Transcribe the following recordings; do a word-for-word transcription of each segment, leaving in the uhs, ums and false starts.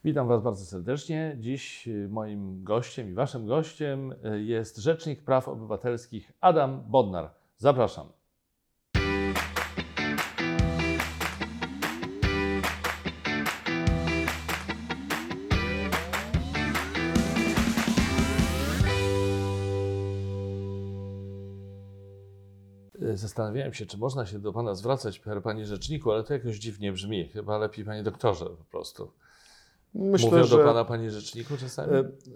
Witam Was bardzo serdecznie. Dziś moim gościem i Waszym gościem jest Rzecznik Praw Obywatelskich Adam Bodnar. Zapraszam. Zastanawiałem się, czy można się do Pana zwracać, Panie Rzeczniku, ale to jakoś dziwnie brzmi. Chyba lepiej Panie Doktorze po prostu. Myślę, Mówią że do Pana Panie Rzeczniku czasami?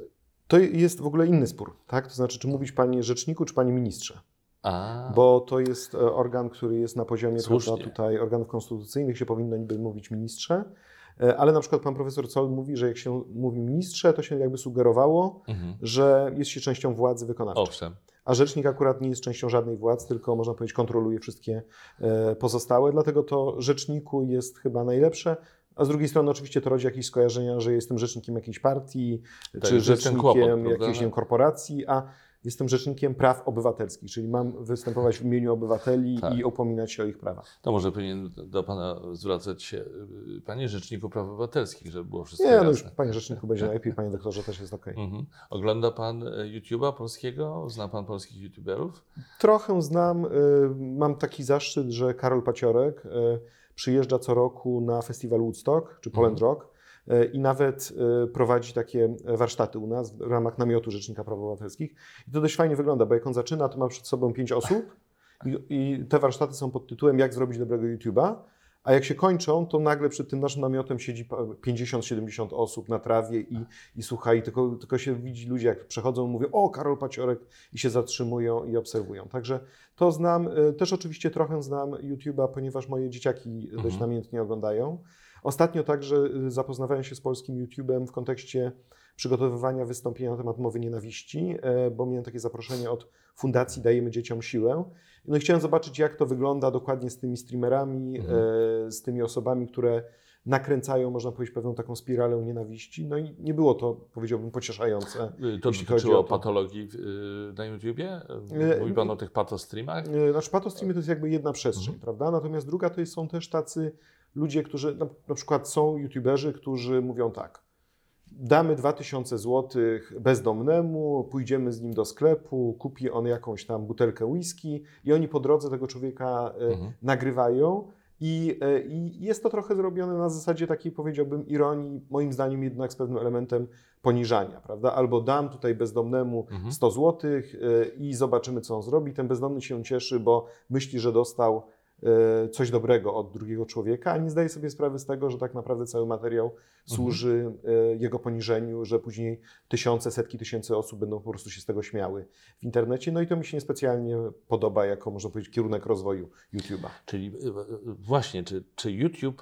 To jest w ogóle inny spór, tak? To znaczy, czy mówić Panie Rzeczniku, czy Panie Ministrze. A, Bo to jest organ, który jest na poziomie, Słusznie. prawda, tutaj organów konstytucyjnych, się powinno niby mówić ministrze, ale na przykład pan profesor Zoll mówi, że jak się mówi ministrze, to się jakby sugerowało, mhm. że jest się częścią władzy wykonawczej. Owszem. A rzecznik akurat nie jest częścią żadnej władz, tylko można powiedzieć kontroluje wszystkie pozostałe, dlatego to rzeczniku jest chyba najlepsze. A z drugiej strony oczywiście to rodzi jakieś skojarzenia, że jestem rzecznikiem jakiejś partii, To czy jest rzecznikiem kłopot, jakiejś prawda? nie wiem, korporacji, a jestem rzecznikiem praw obywatelskich, czyli mam występować w imieniu obywateli Tak. i upominać się o ich prawa. To może powinien do Pana zwracać się Panie Rzeczniku Praw Obywatelskich, żeby było wszystko Nie, jasne. no już Panie Rzeczniku będzie najlepiej, Panie Doktorze też jest okej. Mhm. Ogląda Pan YouTube'a polskiego? Zna Pan polskich YouTuberów? Trochę znam, y, mam taki zaszczyt, że Karol Paciorek y, przyjeżdża co roku na festiwal Woodstock, czy Poland Mhm. Rock y, i nawet y, prowadzi takie warsztaty u nas w ramach namiotu Rzecznika Praw Obywatelskich. I to dość fajnie wygląda, bo jak on zaczyna, to ma przed sobą pięć osób i, i te warsztaty są pod tytułem Jak zrobić dobrego YouTube'a, a jak się kończą, to nagle przed tym naszym namiotem siedzi pięćdziesiąt siedemdziesiąt osób na trawie i, i słucha, i tylko, tylko się widzi ludzie, jak przechodzą, mówią: o, Karol Paciorek, i się zatrzymują i obserwują. Także to znam. Też oczywiście trochę znam YouTube'a, ponieważ moje dzieciaki Mhm. dość namiętnie oglądają. Ostatnio także zapoznawałem się z polskim YouTube'em w kontekście przygotowywania wystąpienia na temat mowy nienawiści, bo miałem takie zaproszenie od Fundacji Dajemy Dzieciom Siłę. No i chciałem zobaczyć, jak to wygląda dokładnie z tymi streamerami, Mhm. e, z tymi osobami, które nakręcają, można powiedzieć, pewną taką spiralę nienawiści. No i nie było to, powiedziałbym, pocieszające. To jeśli chodzi dotyczyło o to. patologii y, na YouTubie? Mówi Pan o tych patostreamach? E, Znaczy, patostreamy to jest jakby jedna przestrzeń, Mhm. prawda? Natomiast druga to jest, są też tacy ludzie, którzy, na, na przykład są YouTuberzy, którzy mówią tak: damy dwa tysiące złotych bezdomnemu, pójdziemy z nim do sklepu, kupi on jakąś tam butelkę whisky i oni po drodze tego człowieka e, Mhm. nagrywają i, e, i jest to trochę zrobione na zasadzie takiej, powiedziałbym, ironii, moim zdaniem jednak z pewnym elementem poniżania, prawda? Albo dam tutaj bezdomnemu Mhm. sto złotych e, i zobaczymy, co on zrobi. Ten bezdomny się cieszy, bo myśli, że dostał e, coś dobrego od drugiego człowieka, a nie zdaje sobie sprawy z tego, że tak naprawdę cały materiał służy e, jego poniżeniu, że później tysiące, setki tysięcy osób będą po prostu się z tego śmiały w internecie. No i to mi się niespecjalnie podoba jako, można powiedzieć, kierunek rozwoju YouTube'a. Czyli y, y, właśnie, czy, czy YouTube y,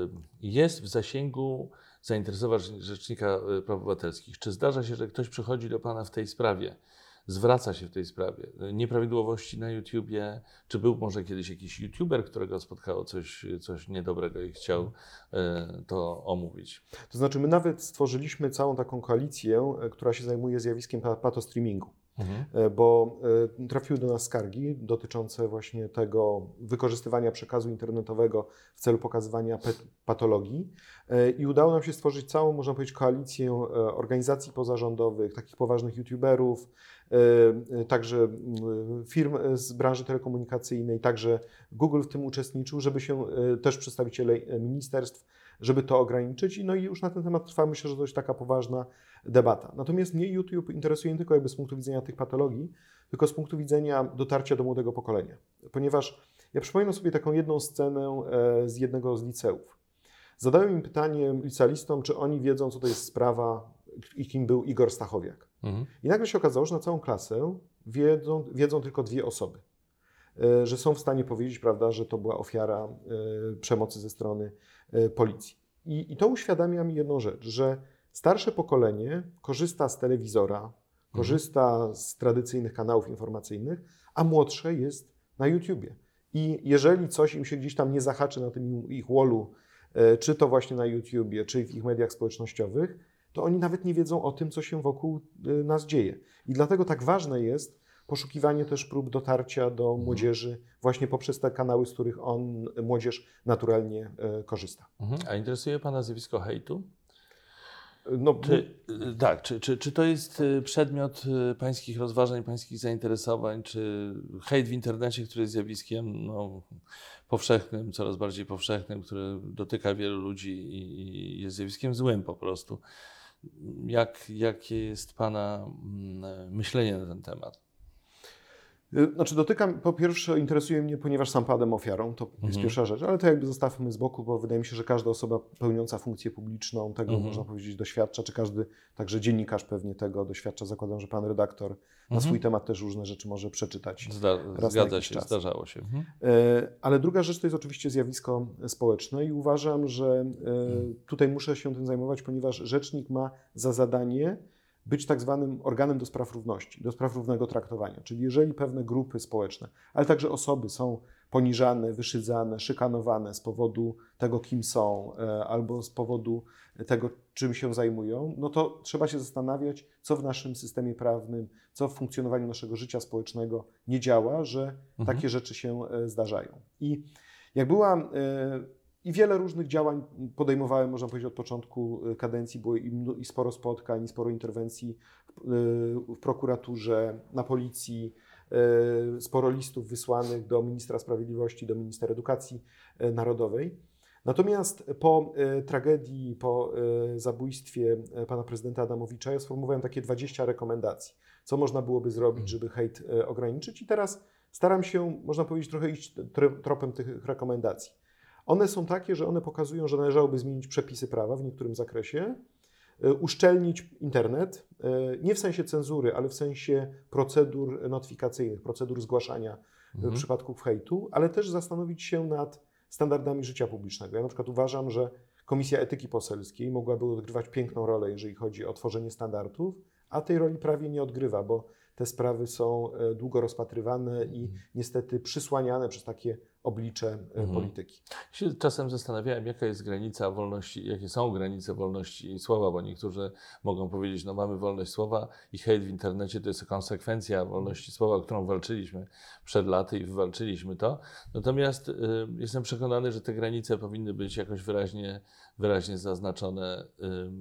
jest w zasięgu zainteresowań Rzecznika Praw Obywatelskich? Czy zdarza się, że ktoś przychodzi do Pana w tej sprawie, zwraca się w tej sprawie? Nieprawidłowości na YouTubie? Czy był może kiedyś jakiś YouTuber, którego spotkało coś, coś niedobrego i chciał y, to omówić? To znaczy, my nawet stworzyliśmy całą taką koalicję, e, która się zajmuje zjawiskiem pa- patostreamingu. Mhm. E, Bo e, trafiły do nas skargi dotyczące właśnie tego wykorzystywania przekazu internetowego w celu pokazywania pet- patologii E, i udało nam się stworzyć całą, można powiedzieć, koalicję e, organizacji pozarządowych, takich poważnych youtuberów, e, e, także m, firm e, z branży telekomunikacyjnej, także Google w tym uczestniczył, żeby się e, też przedstawiciele e, ministerstw, żeby to ograniczyć. I no i już na ten temat trwa, myślę, że dość taka poważna debata. Natomiast mnie YouTube interesuje nie tylko jakby z punktu widzenia tych patologii, tylko z punktu widzenia dotarcia do młodego pokolenia. Ponieważ ja przypominam sobie taką jedną scenę e, z jednego z liceów. Zadałem im pytanie, licealistom, czy oni wiedzą, co to jest sprawa i kim był Igor Stachowiak. Mhm. I nagle się okazało, że na całą klasę wiedzą, wiedzą tylko dwie osoby. E, Że są w stanie powiedzieć, prawda, że to była ofiara e, przemocy ze strony e, policji. I, I to uświadamia mi jedną rzecz, że starsze pokolenie korzysta z telewizora, korzysta z tradycyjnych kanałów informacyjnych, a młodsze jest na YouTubie. I jeżeli coś im się gdzieś tam nie zahaczy na tym ich wallu, e, czy to właśnie na YouTubie, czy w ich mediach społecznościowych, to oni nawet nie wiedzą o tym, co się wokół e, nas dzieje. I dlatego tak ważne jest poszukiwanie też prób dotarcia do młodzieży właśnie poprzez te kanały, z których on, młodzież naturalnie e, korzysta. Mhm. A interesuje Pana zjawisko hejtu? No, Czy, y, tak, czy, czy, czy to jest y, przedmiot y, pańskich rozważań, pańskich zainteresowań, czy hejt w internecie, który jest zjawiskiem no, powszechnym, coraz bardziej powszechnym, który dotyka wielu ludzi i, i jest zjawiskiem złym po prostu. Jak, jakie jest Pana mm, myślenie na ten temat? Znaczy dotykam, po pierwsze interesuje mnie, ponieważ sam padłem ofiarą, to jest Mhm. pierwsza rzecz, ale to jakby zostawmy z boku, bo wydaje mi się, że każda osoba pełniąca funkcję publiczną tego, Mhm. można powiedzieć, doświadcza, czy każdy, także dziennikarz pewnie tego doświadcza. Zakładam, że pan redaktor na Mhm. swój temat też różne rzeczy może przeczytać. Zda, na zgadza jakiś się, czas. zdarzało się. Mhm. E, Ale druga rzecz to jest oczywiście zjawisko społeczne i uważam, że e, tutaj muszę się tym zajmować, ponieważ rzecznik ma za zadanie być tak zwanym organem do spraw równości, do spraw równego traktowania. Czyli jeżeli pewne grupy społeczne, ale także osoby są poniżane, wyszydzane, szykanowane z powodu tego, kim są, e, albo z powodu tego, czym się zajmują, no to trzeba się zastanawiać, co w naszym systemie prawnym, co w funkcjonowaniu naszego życia społecznego nie działa, że Mhm. takie rzeczy się e, zdarzają. I jak była e, I wiele różnych działań podejmowałem, można powiedzieć, od początku kadencji. Było i, mno- i sporo spotkań, i sporo interwencji w, w prokuraturze, na policji, e, sporo listów wysłanych do ministra sprawiedliwości, do ministra edukacji e, narodowej. Natomiast po e, tragedii, po e, zabójstwie e, pana prezydenta Adamowicza ja sformułowałem takie dwadzieścia rekomendacji, co można byłoby zrobić, żeby hejt e, ograniczyć. I teraz staram się, można powiedzieć, trochę iść tro- tropem tych rekomendacji. One są takie, że one pokazują, że należałoby zmienić przepisy prawa w niektórym zakresie, y, uszczelnić internet, y, nie w sensie cenzury, ale w sensie procedur notyfikacyjnych, procedur zgłaszania Mhm. y, przypadków hejtu, ale też zastanowić się nad standardami życia publicznego. Ja na przykład uważam, że Komisja Etyki Poselskiej mogłaby odgrywać piękną rolę, jeżeli chodzi o tworzenie standardów, a tej roli prawie nie odgrywa, bo te sprawy są y, długo rozpatrywane i niestety przysłaniane przez takie oblicze y, Mhm. polityki. Się czasem zastanawiałem, jaka jest granica wolności, jakie są granice wolności słowa, bo niektórzy mogą powiedzieć, no mamy wolność słowa i hejt w internecie to jest konsekwencja wolności słowa, o którą walczyliśmy przed laty i wywalczyliśmy to. Natomiast y, jestem przekonany, że te granice powinny być jakoś wyraźnie, wyraźnie zaznaczone, y,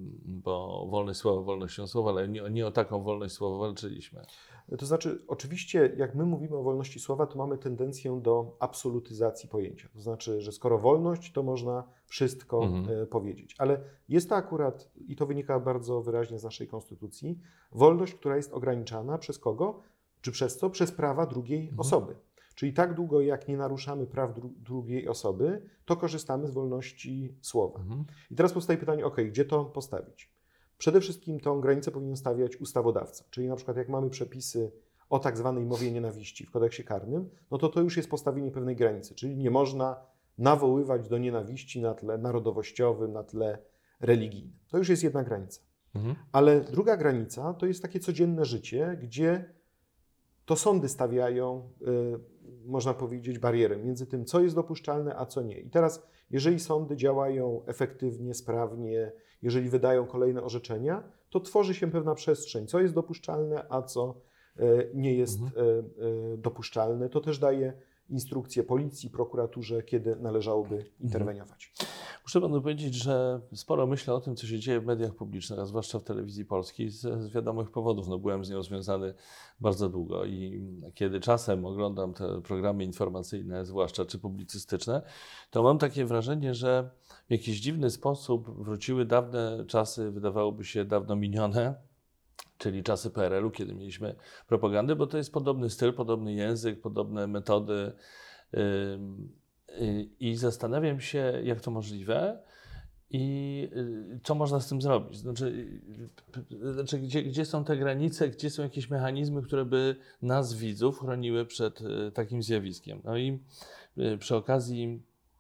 bo wolność słowa wolnością słowa, ale nie, nie o taką wolność słowa walczyliśmy. To znaczy, oczywiście, jak my mówimy o wolności słowa, to mamy tendencję do absolutyzacji pojęcia. To znaczy, że skoro wolność, to można wszystko Mhm. e, powiedzieć. Ale jest to akurat, i to wynika bardzo wyraźnie z naszej konstytucji, wolność, która jest ograniczana przez kogo? Czy przez co? Przez prawa drugiej Mhm. osoby. Czyli tak długo, jak nie naruszamy praw dru- drugiej osoby, to korzystamy z wolności słowa. Mhm. I teraz powstaje pytanie, ok, gdzie to postawić? Przede wszystkim tą granicę powinien stawiać ustawodawca, czyli na przykład jak mamy przepisy o tak zwanej mowie nienawiści w kodeksie karnym, no to to już jest postawienie pewnej granicy, czyli nie można nawoływać do nienawiści na tle narodowościowym, na tle religijnym. To już jest jedna granica. Mhm. Ale druga granica to jest takie codzienne życie, gdzie to sądy stawiają, y, można powiedzieć, barierę między tym, co jest dopuszczalne, a co nie. I teraz, jeżeli sądy działają efektywnie, sprawnie, jeżeli wydają kolejne orzeczenia, to tworzy się pewna przestrzeń, co jest dopuszczalne, a co y, nie jest Mhm. y, y, dopuszczalne. To też daje instrukcje policji, prokuraturze, kiedy należałoby interweniować. Muszę panu powiedzieć, że sporo myślę o tym, co się dzieje w mediach publicznych, a zwłaszcza w telewizji polskiej, z, z wiadomych powodów. No, byłem z nią związany bardzo długo i kiedy czasem oglądam te programy informacyjne, zwłaszcza czy publicystyczne, to mam takie wrażenie, że w jakiś dziwny sposób wróciły dawne czasy, wydawałoby się dawno minione, czyli czasy P R L u, kiedy mieliśmy propagandę, bo to jest podobny styl, podobny język, podobne metody. Ym, I zastanawiam się, jak to możliwe i y, co można z tym zrobić. Znaczy, y, znaczy gdzie, gdzie są te granice, gdzie są jakieś mechanizmy, które by nas, widzów, chroniły przed y, takim zjawiskiem. No i y, przy okazji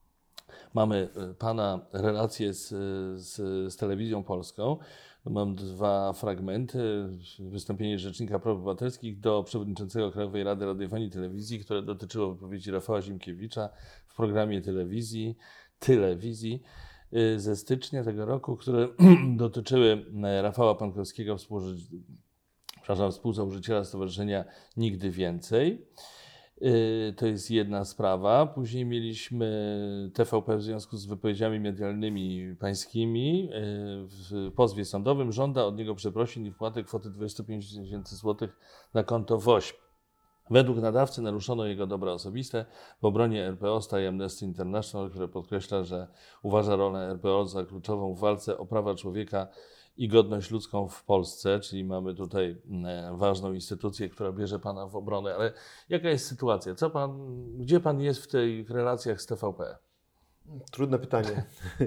mamy y, pana relacje z, z, z telewizją polską. Mam dwa fragmenty. Wystąpienie Rzecznika Praw Obywatelskich do przewodniczącego Krajowej Rady Radiofonii i Telewizji, które dotyczyło wypowiedzi Rafała Ziemkiewicza w programie telewizji, telewizji y, ze stycznia tego roku, które dotyczyły Rafała Pankowskiego, współży... przepraszam, współzałożyciela Stowarzyszenia Nigdy Więcej. Yy, To jest jedna sprawa. Później mieliśmy T V P w związku z wypowiedziami medialnymi pańskimi. Yy, W pozwie sądowym żąda od niego przeprosin i wpłaty kwoty dwadzieścia pięć tysięcy złotych na konto W O Ś. Według nadawcy naruszono jego dobra osobiste. W obronie R P O staje Amnesty International, które podkreśla, że uważa rolę R P O za kluczową w walce o prawa człowieka i godność ludzką w Polsce, czyli mamy tutaj e, ważną instytucję, która bierze Pana w obronę. Ale jaka jest sytuacja? Co pan, gdzie Pan jest w tych relacjach z T V P? Trudne pytanie.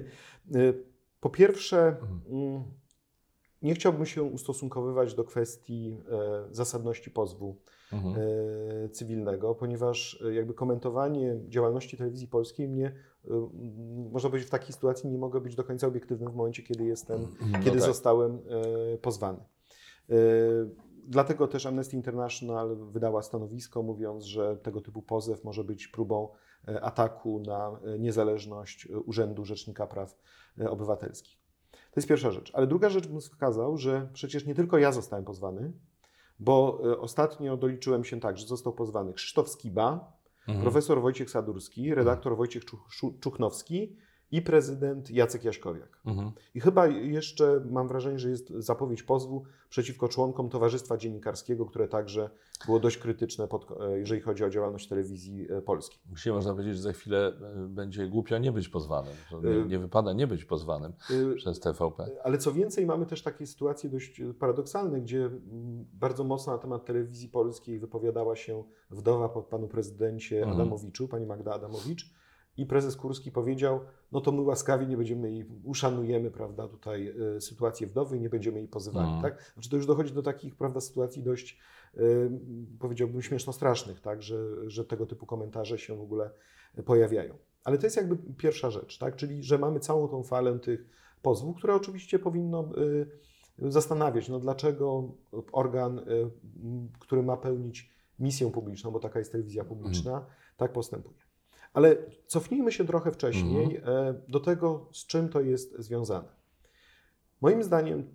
Po pierwsze, mm, nie chciałbym się ustosunkowywać do kwestii e, zasadności pozwu Mhm. e, cywilnego, ponieważ e, jakby komentowanie działalności Telewizji Polskiej mnie, e, można powiedzieć, w takiej sytuacji nie mogę być do końca obiektywny w momencie, kiedy jestem, No kiedy tak. zostałem e, pozwany. E, Dlatego też Amnesty International wydała stanowisko, mówiąc, że tego typu pozew może być próbą e, ataku na e, niezależność e, Urzędu Rzecznika Praw e, Obywatelskich. To jest pierwsza rzecz. Ale druga rzecz bym wskazał, że przecież nie tylko ja zostałem pozwany, bo e, ostatnio doliczyłem się tak, że został pozwany Krzysztof Skiba, Mhm. profesor Wojciech Sadurski, redaktor Wojciech Czuch- Czu- Czuchnowski i prezydent Jacek Jaśkowiak. Mhm. I chyba jeszcze mam wrażenie, że jest zapowiedź pozwu przeciwko członkom Towarzystwa Dziennikarskiego, które także było dość krytyczne, pod, jeżeli chodzi o działalność telewizji polskiej. Dzisiaj można powiedzieć, że za chwilę e, będzie głupio nie być pozwanym. Że nie, nie wypada nie być pozwanym przez T V P. Ale co więcej, mamy też takie sytuacje dość paradoksalne, gdzie mm, bardzo mocno na temat telewizji polskiej wypowiadała się wdowa po panu prezydencie Mhm. Adamowiczu, pani Magda Adamowicz, i prezes Kurski powiedział, no to my łaskawie nie będziemy jej, uszanujemy, prawda, tutaj y, sytuację wdowy i nie będziemy jej pozywali, Mhm. tak? Znaczy to już dochodzi do takich, prawda, sytuacji dość, y, powiedziałbym, śmieszno-strasznych, tak, że, że tego typu komentarze się w ogóle pojawiają. Ale to jest jakby pierwsza rzecz, tak, czyli że mamy całą tą falę tych pozwów, które oczywiście powinno y, zastanawiać, no dlaczego organ, y, który ma pełnić misję publiczną, bo taka jest telewizja publiczna, Mhm. tak postępuje. Ale cofnijmy się trochę wcześniej Mhm. e, do tego, z czym to jest związane. Moim zdaniem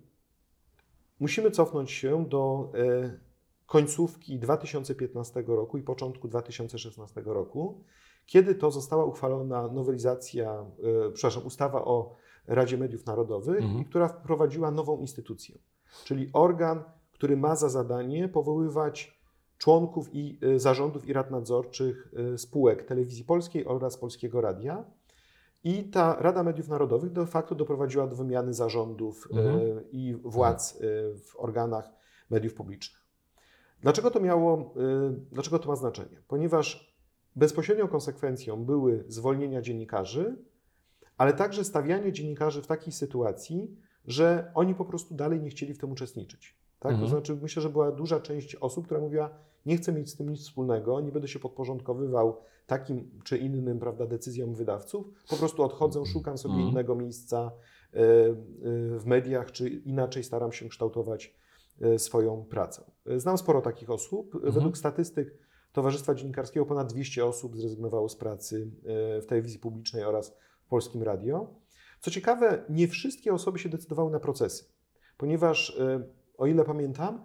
musimy cofnąć się do e, końcówki dwa tysiące piętnastego roku i początku dwa tysiące szesnastego roku, kiedy to została uchwalona nowelizacja, e, przepraszam, ustawa o Radzie Mediów Narodowych, Mhm. i która wprowadziła nową instytucję, czyli organ, który ma za zadanie powoływać członków i y, zarządów i rad nadzorczych y, spółek Telewizji Polskiej oraz Polskiego Radia. I ta Rada Mediów Narodowych de facto doprowadziła do wymiany zarządów y, Mhm. i władz y, w organach mediów publicznych. Dlaczego to miało, y, dlaczego to ma znaczenie? Ponieważ bezpośrednią konsekwencją były zwolnienia dziennikarzy, ale także stawianie dziennikarzy w takiej sytuacji, że oni po prostu dalej nie chcieli w tym uczestniczyć. Tak? Mhm. To znaczy, myślę, że była duża część osób, która mówiła, nie chcę mieć z tym nic wspólnego, nie będę się podporządkowywał takim czy innym, prawda, decyzjom wydawców, po prostu odchodzę, szukam sobie Mhm. innego miejsca y, y, w mediach, czy inaczej staram się kształtować y, swoją pracę. Znam sporo takich osób. Mhm. Według statystyk Towarzystwa Dziennikarskiego ponad dwieście osób zrezygnowało z pracy y, w telewizji publicznej oraz w Polskim Radio. Co ciekawe, nie wszystkie osoby się decydowały na procesy, ponieważ y, o ile pamiętam,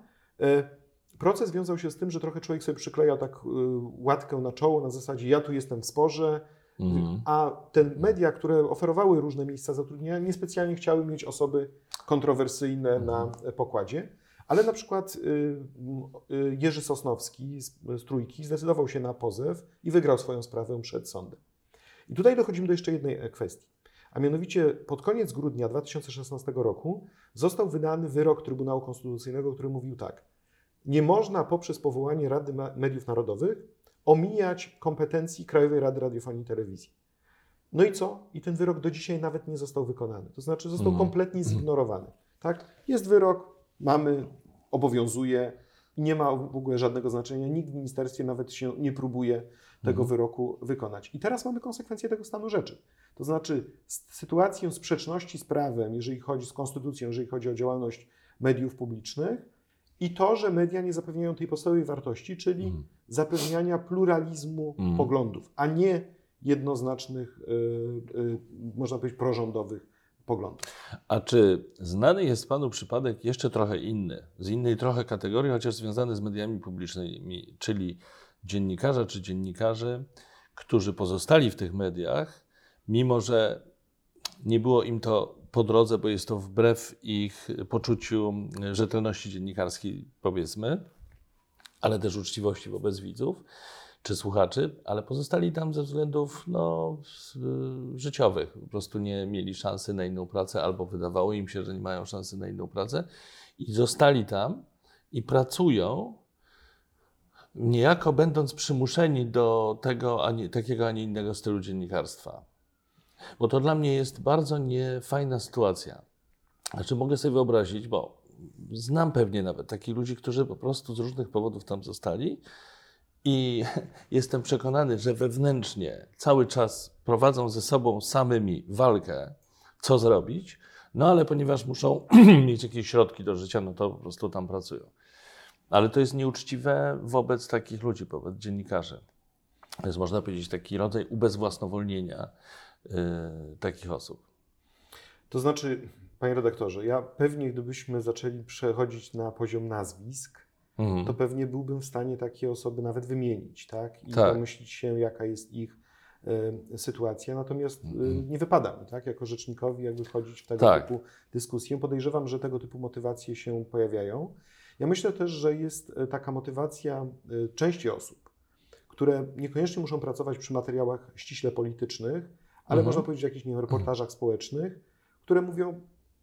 y, proces wiązał się z tym, że trochę człowiek sobie przyklejał tak y, łatkę na czoło na zasadzie ja tu jestem w sporze, Mhm. a te media, które oferowały różne miejsca zatrudnienia, niespecjalnie chciały mieć osoby kontrowersyjne na pokładzie. Ale na przykład y, y, Jerzy Sosnowski z, z Trójki zdecydował się na pozew i wygrał swoją sprawę przed sądem. I tutaj dochodzimy do jeszcze jednej kwestii. A mianowicie pod koniec grudnia dwa tysiące szesnastego roku został wydany wyrok Trybunału Konstytucyjnego, który mówił tak. Nie można poprzez powołanie Rady Mediów Narodowych omijać kompetencji Krajowej Rady Radiofonii i Telewizji. No i co? I ten wyrok do dzisiaj nawet nie został wykonany. To znaczy został Mhm. kompletnie zignorowany. Tak? Jest wyrok, mamy, obowiązuje i nie ma w ogóle żadnego znaczenia. Nikt w ministerstwie nawet się nie próbuje tego Mhm. wyroku wykonać. I teraz mamy konsekwencje tego stanu rzeczy. To znaczy sytuację sprzeczności z prawem, jeżeli chodzi z konstytucją, jeżeli chodzi o działalność mediów publicznych i to, że media nie zapewniają tej podstawowej wartości, czyli Mhm. zapewniania pluralizmu Mhm. poglądów, a nie jednoznacznych, y, y, można powiedzieć, prorządowych poglądów. A czy znany jest Panu przypadek jeszcze trochę inny, z innej trochę kategorii, chociaż związany z mediami publicznymi, czyli dziennikarza czy dziennikarzy, którzy pozostali w tych mediach, mimo że nie było im to po drodze, bo jest to wbrew ich poczuciu rzetelności dziennikarskiej, powiedzmy, ale też uczciwości wobec widzów czy słuchaczy, ale pozostali tam ze względów no, życiowych. Po prostu nie mieli szansy na inną pracę albo wydawało im się, że nie mają szansy na inną pracę i zostali tam i pracują, niejako będąc przymuszeni do tego, ani, takiego, a nie innego stylu dziennikarstwa. Bo to dla mnie jest bardzo niefajna sytuacja. Znaczy mogę sobie wyobrazić, bo znam pewnie nawet takich ludzi, którzy po prostu z różnych powodów tam zostali i jestem przekonany, że wewnętrznie cały czas prowadzą ze sobą samymi walkę, co zrobić, no ale ponieważ muszą mieć jakieś środki do życia, no to po prostu tam pracują. Ale to jest nieuczciwe wobec takich ludzi, wobec dziennikarzy. To jest, można powiedzieć, taki rodzaj ubezwłasnowolnienia yy, takich osób. To znaczy, panie redaktorze, ja pewnie gdybyśmy zaczęli przechodzić na poziom nazwisk, mhm. to pewnie byłbym w stanie takie osoby nawet wymienić, tak? I tak. domyślić się, jaka jest ich y, sytuacja. Natomiast y, nie wypada mi, tak, jako rzecznikowi, jakby wchodzić w tego tak. typu dyskusję. Podejrzewam, że tego typu motywacje się pojawiają. Ja myślę też, że jest taka motywacja y, części osób, które niekoniecznie muszą pracować przy materiałach ściśle politycznych, ale mhm. można powiedzieć o jakichś nie wiem, reportażach społecznych, które mówią,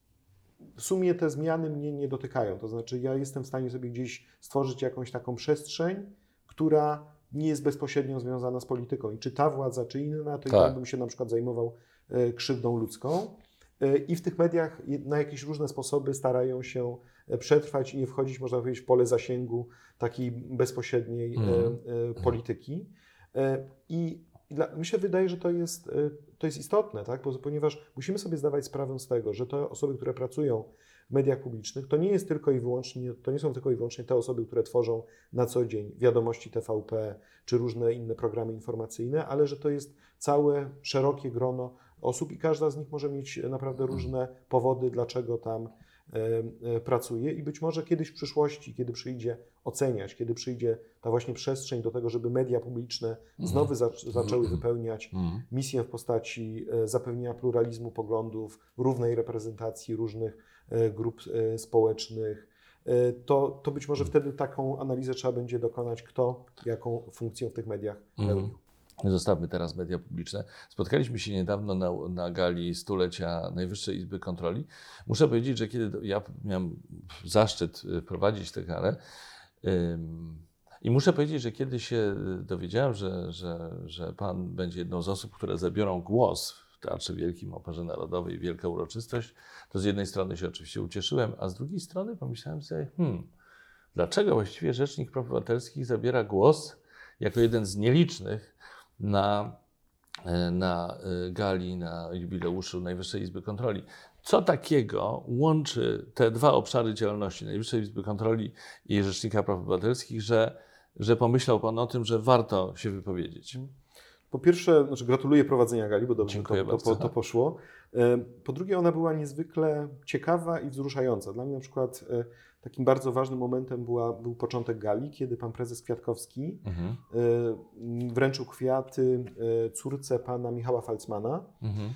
w sumie te zmiany mnie nie dotykają. To znaczy ja jestem w stanie sobie gdzieś stworzyć jakąś taką przestrzeń, która nie jest bezpośrednio związana z polityką. I czy ta władza, czy inna, to tak. i tak bym się na przykład zajmował e, krzywdą ludzką. E, I w tych mediach na jakieś różne sposoby starają się przetrwać i nie wchodzić, można powiedzieć, w pole zasięgu takiej bezpośredniej mm. e, e, polityki. E, I Dla, mi się wydaje, że to jest, to jest istotne, tak? Bo, ponieważ musimy sobie zdawać sprawę z tego, że te osoby, które pracują w mediach publicznych, to nie jest tylko i wyłącznie, to nie są tylko i wyłącznie te osoby, które tworzą na co dzień wiadomości T V P czy różne inne programy informacyjne, ale że to jest całe szerokie grono osób i każda z nich może mieć naprawdę różne powody, dlaczego tam pracuje i być może kiedyś w przyszłości, kiedy przyjdzie oceniać, kiedy przyjdzie ta właśnie przestrzeń do tego, żeby media publiczne znowu zac- zaczęły wypełniać misję w postaci zapewnienia pluralizmu poglądów, równej reprezentacji różnych grup społecznych, to, to być może wtedy taką analizę trzeba będzie dokonać, kto jaką funkcję w tych mediach pełnił. Zostawmy teraz media publiczne. Spotkaliśmy się niedawno na, na gali stulecia Najwyższej Izby Kontroli. Muszę powiedzieć, że kiedy ja miałem zaszczyt prowadzić tę galę ym, i muszę powiedzieć, że kiedy się dowiedziałem, że, że, że Pan będzie jedną z osób, które zabiorą głos w Teatrze Wielkim, Operze Narodowej, wielka uroczystość, to z jednej strony się oczywiście ucieszyłem, a z drugiej strony pomyślałem sobie, hmm, dlaczego właściwie Rzecznik Praw Obywatelskich zabiera głos jako jeden z nielicznych na, na gali, na jubileuszu Najwyższej Izby Kontroli. Co takiego łączy te dwa obszary działalności Najwyższej Izby Kontroli i Rzecznika Praw Obywatelskich, że, że pomyślał Pan o tym, że warto się wypowiedzieć? Po pierwsze, znaczy gratuluję prowadzenia gali, bo dobrze Dziękuję to, bardzo. to, to poszło. Po drugie, ona była niezwykle ciekawa i wzruszająca. Dla mnie na przykład takim bardzo ważnym momentem była, był początek gali, kiedy pan prezes Kwiatkowski mhm. wręczył kwiaty córce pana Michała Falcmana. Mhm.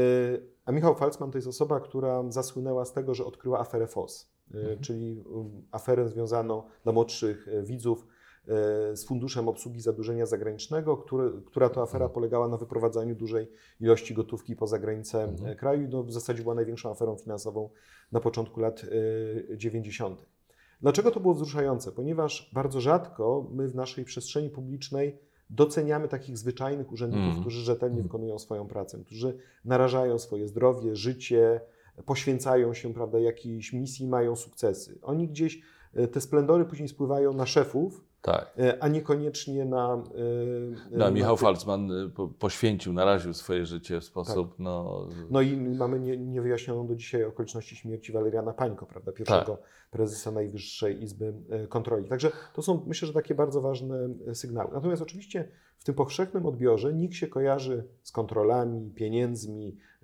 A Michał Falcman to jest osoba, która zasłynęła z tego, że odkryła aferę F O S, mhm. czyli aferę związaną dla młodszych widzów z Funduszem Obsługi Zadłużenia Zagranicznego, który, która to afera polegała na wyprowadzaniu dużej ilości gotówki poza granice mhm. kraju i no, w zasadzie była największą aferą finansową na początku lat dziewięćdziesiątych. Dlaczego to było wzruszające? Ponieważ bardzo rzadko my w naszej przestrzeni publicznej doceniamy takich zwyczajnych urzędników, mm. którzy rzetelnie mm. wykonują swoją pracę, którzy narażają swoje zdrowie, życie, poświęcają się, prawda, jakiejś misji, mają sukcesy. Oni gdzieś, te splendory później spływają na szefów, tak. a niekoniecznie na... No, na Michał Falcman poświęcił, naraził swoje życie w sposób... Tak. No... no i mamy nie, niewyjaśnioną do dzisiaj okoliczności śmierci Waleriana Pańko, prawda, pierwszego tak. prezesa Najwyższej Izby Kontroli. Także to są, myślę, że takie bardzo ważne sygnały. Natomiast oczywiście w tym powszechnym odbiorze nikt się kojarzy z kontrolami, pieniędzmi,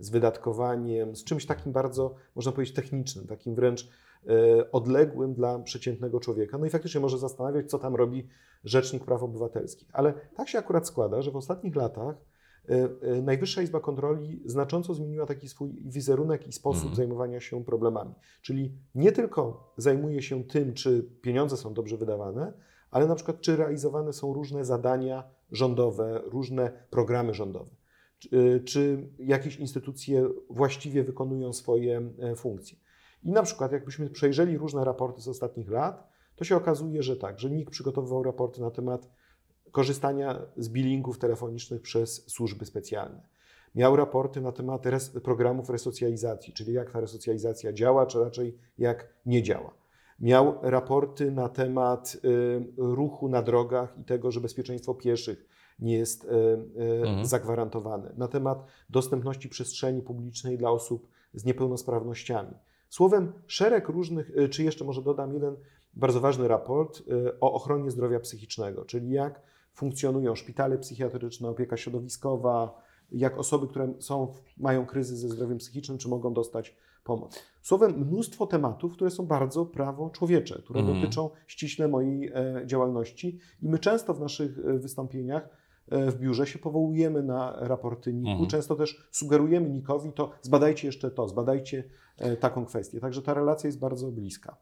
z wydatkowaniem, z czymś takim bardzo, można powiedzieć, technicznym, takim wręcz e, odległym dla przeciętnego człowieka. No i faktycznie może zastanawiać, co tam robi Rzecznik Praw Obywatelskich. Ale tak się akurat składa, że w ostatnich latach Najwyższa Izba Kontroli znacząco zmieniła taki swój wizerunek i sposób mm. zajmowania się problemami. Czyli nie tylko zajmuje się tym, czy pieniądze są dobrze wydawane, ale na przykład czy realizowane są różne zadania rządowe, różne programy rządowe, czy, czy jakieś instytucje właściwie wykonują swoje funkcje. I na przykład jakbyśmy przejrzeli różne raporty z ostatnich lat, to się okazuje, że tak, że N I K przygotowywał raporty na temat korzystania z billingów telefonicznych przez służby specjalne. Miał raporty na temat res- programów resocjalizacji, czyli jak ta resocjalizacja działa, czy raczej jak nie działa. Miał raporty na temat y, ruchu na drogach i tego, że bezpieczeństwo pieszych nie jest y, y, mhm. zagwarantowane. Na temat dostępności przestrzeni publicznej dla osób z niepełnosprawnościami. Słowem, szereg różnych, y, czy jeszcze może dodam jeden bardzo ważny raport y, o ochronie zdrowia psychicznego, czyli jak funkcjonują szpitale psychiatryczne, opieka środowiskowa, jak osoby, które są, mają kryzys ze zdrowiem psychicznym, czy mogą dostać pomoc. Słowem, mnóstwo tematów, które są bardzo prawo człowiecze, które mm. dotyczą ściśle mojej e, działalności i my często w naszych e, wystąpieniach e, w biurze się powołujemy na raporty N I K-u, mm. często też sugerujemy N I K-owi to zbadajcie jeszcze to, zbadajcie e, taką kwestię. Także ta relacja jest bardzo bliska.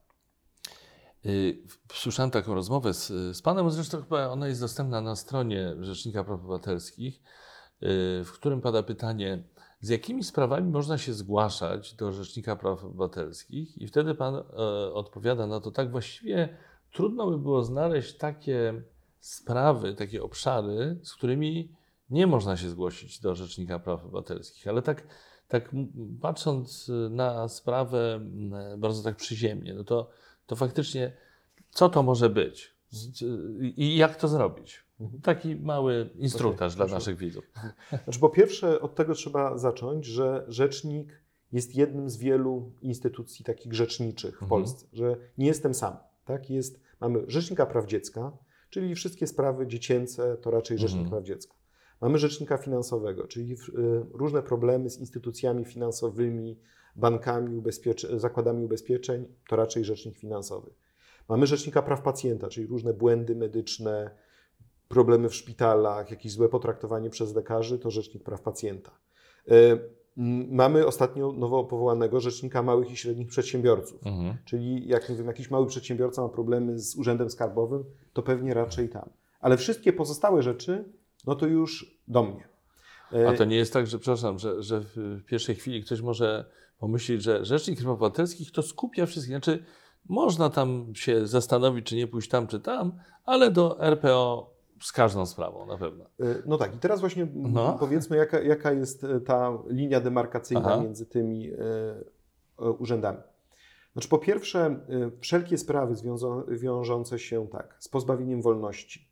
Słyszałem taką rozmowę z, z Panem, zresztą chyba ona jest dostępna na stronie Rzecznika Praw Obywatelskich, w którym pada pytanie, z jakimi sprawami można się zgłaszać do Rzecznika Praw Obywatelskich i wtedy Pan e, odpowiada na to, tak właściwie trudno by było znaleźć takie sprawy, takie obszary, z którymi nie można się zgłosić do Rzecznika Praw Obywatelskich, ale tak, tak patrząc na sprawę bardzo tak przyziemnie, no to to faktycznie co to może być i jak to zrobić? Taki mały instruktaż okay, dla naszych widzów. Znaczy, po pierwsze od tego trzeba zacząć, że rzecznik jest jednym z wielu instytucji takich rzeczniczych w mhm. Polsce, że nie jestem sam. Tak? Jest, mamy Rzecznika Praw Dziecka, czyli wszystkie sprawy dziecięce to raczej Rzecznik mhm. Praw Dziecka. Mamy Rzecznika Finansowego, czyli y, różne problemy z instytucjami finansowymi, bankami, ubezpiecze- zakładami ubezpieczeń, to raczej Rzecznik Finansowy. Mamy Rzecznika Praw Pacjenta, czyli różne błędy medyczne, problemy w szpitalach, jakieś złe potraktowanie przez lekarzy, to Rzecznik Praw Pacjenta. Mamy ostatnio nowo powołanego Rzecznika Małych i Średnich Przedsiębiorców, mhm. czyli jak nie wiem, jakiś mały przedsiębiorca ma problemy z Urzędem Skarbowym, to pewnie raczej tam. Ale wszystkie pozostałe rzeczy, no to już do mnie. A to nie jest tak, że, przepraszam, że, że w pierwszej chwili ktoś może pomyśleć, że Rzecznik Praw Obywatelskich to skupia wszystkich. Znaczy, można tam się zastanowić, czy nie pójść tam, czy tam, ale do R P O z każdą sprawą na pewno. No tak, i teraz właśnie no. powiedzmy, jaka, jaka jest ta linia demarkacyjna Aha. między tymi y, urzędami. Znaczy, po pierwsze, y, wszelkie sprawy związa- wiążące się tak z pozbawieniem wolności,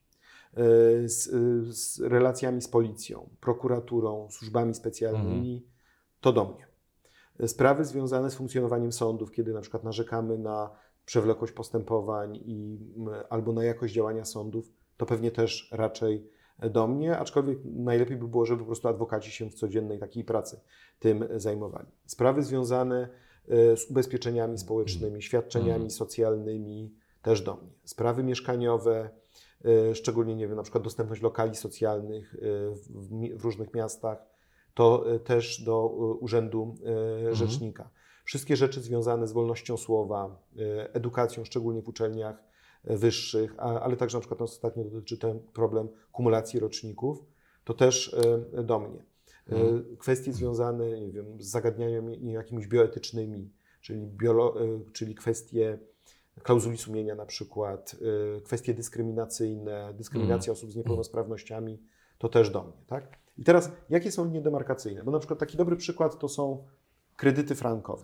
y, z, y, z relacjami z policją, prokuraturą, służbami specjalnymi, mhm. to do mnie. Sprawy związane z funkcjonowaniem sądów, kiedy na przykład narzekamy na przewlekłość postępowań i, albo na jakość działania sądów, to pewnie też raczej do mnie, aczkolwiek najlepiej by było, żeby po prostu adwokaci się w codziennej takiej pracy tym zajmowali. Sprawy związane z ubezpieczeniami społecznymi, świadczeniami socjalnymi też do mnie. Sprawy mieszkaniowe, szczególnie, nie wiem, na przykład dostępność lokali socjalnych w, w różnych miastach, to też do Urzędu Rzecznika. Wszystkie rzeczy związane z wolnością słowa, edukacją, szczególnie w uczelniach wyższych, ale także na przykład ostatnio dotyczy ten problem kumulacji roczników, to też do mnie. Hmm. Kwestie związane, nie wiem, z zagadnieniami jakimiś bioetycznymi, czyli, biolo, czyli kwestie klauzuli sumienia na przykład, kwestie dyskryminacyjne, dyskryminacja hmm. osób z niepełnosprawnościami, to też do mnie, tak? I teraz, jakie są linie demarkacyjne? Bo na przykład taki dobry przykład to są kredyty frankowe.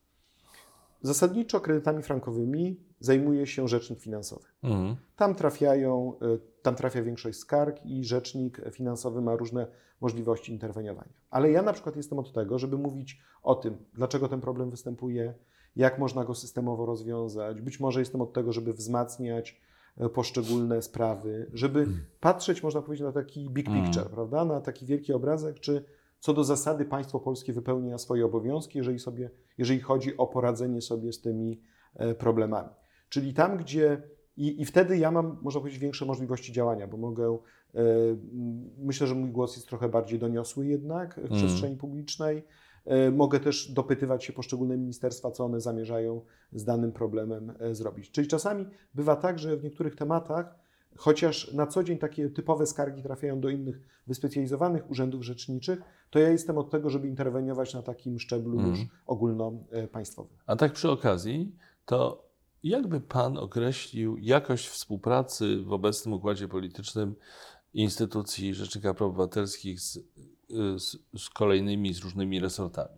Zasadniczo kredytami frankowymi zajmuje się Rzecznik Finansowy. Mhm. Tam trafiają, tam trafia większość skarg i Rzecznik Finansowy ma różne możliwości interweniowania. Ale ja na przykład jestem od tego, żeby mówić o tym, dlaczego ten problem występuje, jak można go systemowo rozwiązać. Być może jestem od tego, żeby wzmacniać poszczególne sprawy, żeby patrzeć, można powiedzieć, na taki big picture, mhm. prawda? Na taki wielki obrazek, czy co do zasady państwo polskie wypełnia swoje obowiązki, jeżeli, sobie, jeżeli chodzi o poradzenie sobie z tymi problemami. Czyli tam, gdzie i, i wtedy ja mam, można powiedzieć, większe możliwości działania, bo mogę, e, myślę, że mój głos jest trochę bardziej doniosły jednak w Mm. przestrzeni publicznej. E, mogę też dopytywać się poszczególne ministerstwa, co one zamierzają z danym problemem e, zrobić. Czyli czasami bywa tak, że w niektórych tematach, chociaż na co dzień takie typowe skargi trafiają do innych wyspecjalizowanych urzędów rzeczniczych, to ja jestem od tego, żeby interweniować na takim szczeblu Mm. już ogólnopaństwowym. A tak przy okazji, to jakby Pan określił jakość współpracy w obecnym układzie politycznym instytucji Rzecznika Praw Obywatelskich z, z, z kolejnymi, z różnymi resortami?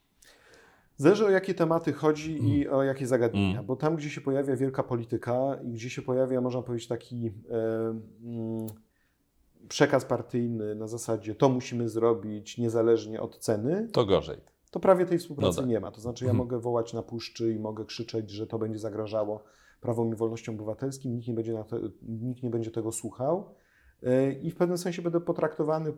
Zależy, o jakie tematy chodzi Mm. i o jakie zagadnienia, Mm. bo tam, gdzie się pojawia wielka polityka i gdzie się pojawia, można powiedzieć, taki e, mm, przekaz partyjny na zasadzie to musimy zrobić niezależnie od ceny, To gorzej. to prawie tej współpracy No tak. nie ma. To znaczy ja Mhm. mogę wołać na puszczy i mogę krzyczeć, że to będzie zagrażało prawom i wolnościom obywatelskim, nikt nie będzie, na te, nikt nie będzie tego słuchał e, i w pewnym sensie będę potraktowany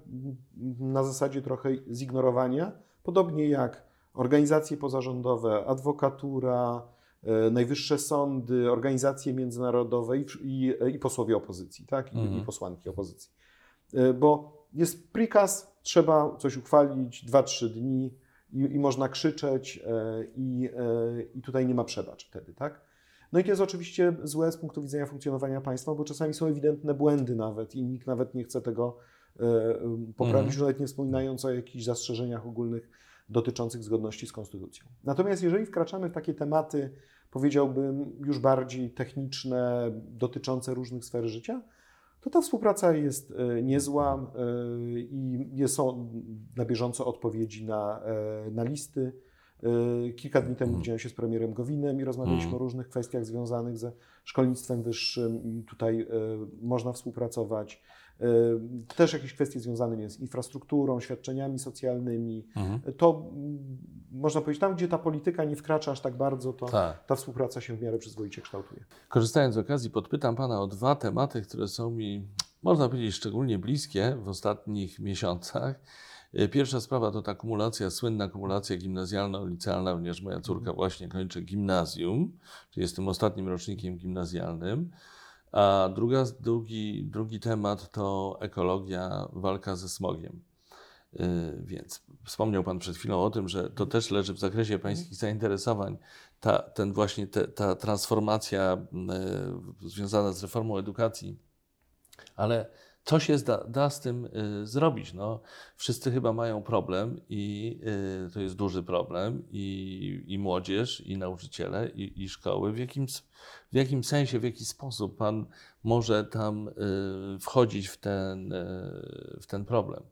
na zasadzie trochę zignorowania, podobnie jak organizacje pozarządowe, adwokatura, e, najwyższe sądy, organizacje międzynarodowe i, i, i posłowie opozycji, tak? I, Mhm. i posłanki opozycji. E, bo jest prikaz, trzeba coś uchwalić, dwa, trzy dni i, i można krzyczeć e, i, e, i tutaj nie ma przebacz wtedy, tak? No i to jest oczywiście złe z punktu widzenia funkcjonowania państwa, bo czasami są ewidentne błędy nawet i nikt nawet nie chce tego e, poprawić, Mhm. już nawet nie wspominając o jakichś zastrzeżeniach ogólnych dotyczących zgodności z konstytucją. Natomiast jeżeli wkraczamy w takie tematy, powiedziałbym, już bardziej techniczne, dotyczące różnych sfer życia, to ta współpraca jest e, niezła e, i jest, są na bieżąco odpowiedzi na, e, na listy. E, Kilka dni temu Mm. widziałem się z premierem Gowinem i rozmawialiśmy Mm. o różnych kwestiach związanych ze szkolnictwem wyższym i tutaj e, można współpracować. E, Też jakieś kwestie związane z infrastrukturą, świadczeniami socjalnymi. Mhm. To mm, można powiedzieć, tam gdzie ta polityka nie wkracza aż tak bardzo, to Tak. ta współpraca się w miarę przyzwoicie kształtuje. Korzystając z okazji, podpytam Pana o dwa tematy, które są mi, można powiedzieć, szczególnie bliskie w ostatnich miesiącach. Pierwsza sprawa to ta kumulacja, słynna kumulacja gimnazjalno-licealna, ponieważ moja córka właśnie kończy gimnazjum, czyli jestem ostatnim rocznikiem gimnazjalnym. A druga, drugi, drugi temat to ekologia, walka ze smogiem. Yy, więc wspomniał Pan przed chwilą o tym, że to też leży w zakresie Pańskich zainteresowań, ta, ten właśnie te, ta transformacja yy, związana z reformą edukacji. Ale co się da, da z tym y, zrobić? No, wszyscy chyba mają problem i y, to jest duży problem i, i młodzież, i nauczyciele, i, i szkoły. W jakim, w jakim sensie, w jaki sposób Pan może tam y, wchodzić w ten, y, w ten problem?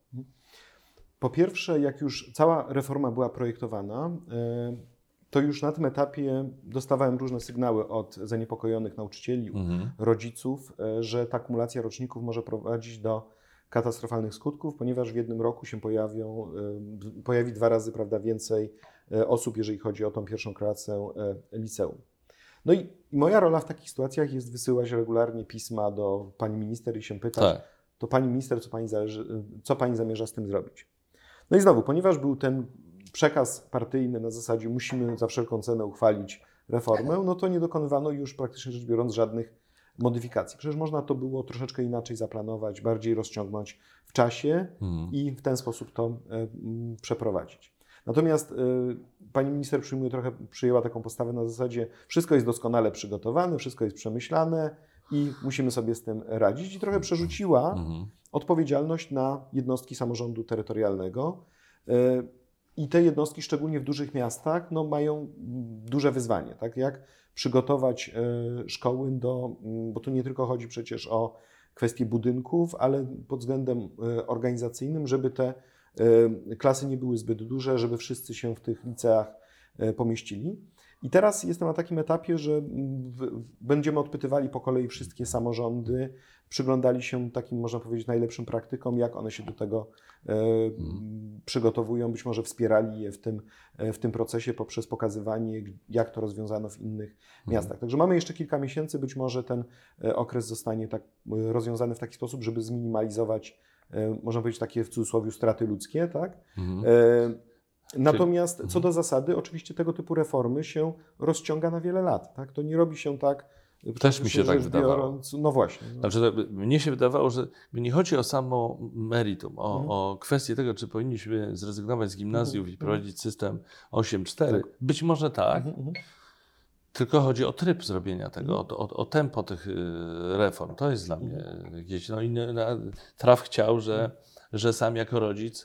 Po pierwsze, jak już cała reforma była projektowana, y, to już na tym etapie dostawałem różne sygnały od zaniepokojonych nauczycieli, Mhm. rodziców, że ta kumulacja roczników może prowadzić do katastrofalnych skutków, ponieważ w jednym roku się pojawią, pojawi dwa razy, prawda, więcej osób, jeżeli chodzi o tą pierwszą klasę liceum. No i moja rola w takich sytuacjach jest wysyłać regularnie pisma do pani minister i się pytać, Tak. to pani minister, co pani, zależy, co pani zamierza z tym zrobić? No i znowu, ponieważ był ten przekaz partyjny na zasadzie musimy za wszelką cenę uchwalić reformę, no to nie dokonywano już praktycznie rzecz biorąc żadnych modyfikacji. Przecież można to było troszeczkę inaczej zaplanować, bardziej rozciągnąć w czasie Mhm. i w ten sposób to e, m, przeprowadzić. Natomiast e, pani minister przyjmuje trochę, przyjęła taką postawę na zasadzie wszystko jest doskonale przygotowane, wszystko jest przemyślane i musimy sobie z tym radzić i trochę przerzuciła Mhm. odpowiedzialność na jednostki samorządu terytorialnego. E, I te jednostki, szczególnie w dużych miastach, no, mają duże wyzwanie. Tak? Jak przygotować e, szkoły do, bo tu nie tylko chodzi przecież o kwestie budynków, ale pod względem e, organizacyjnym, żeby te e, klasy nie były zbyt duże, żeby wszyscy się w tych liceach e, pomieścili. I teraz jestem na takim etapie, że w, będziemy odpytywali po kolei wszystkie samorządy, przyglądali się takim, można powiedzieć, najlepszym praktykom, jak one się do tego e, hmm. przygotowują, być może wspierali je w tym, w tym procesie poprzez pokazywanie, jak to rozwiązano w innych hmm. miastach. Także mamy jeszcze kilka miesięcy, być może ten okres zostanie tak rozwiązany w taki sposób, żeby zminimalizować można powiedzieć takie w cudzysłowie straty ludzkie, tak? Mhm. E, Natomiast Czyli, co do zasady, oczywiście tego typu reformy się rozciąga na wiele lat. Tak? To nie robi się tak, Też mi się tak rzecz wydawało. biorąc, no właśnie. No. Znaczy, to, mnie się wydawało, że nie chodzi o samo meritum, o, Mhm. o kwestię tego, czy powinniśmy zrezygnować z gimnazjów Mhm. i prowadzić system osiem cztery. Tak. Być może tak, Mhm, mhm. tylko chodzi o tryb zrobienia tego, Mhm. o, o, o tempo tych y, reform. To jest dla mnie jakieś, no i na, traf chciał, że, że sam jako rodzic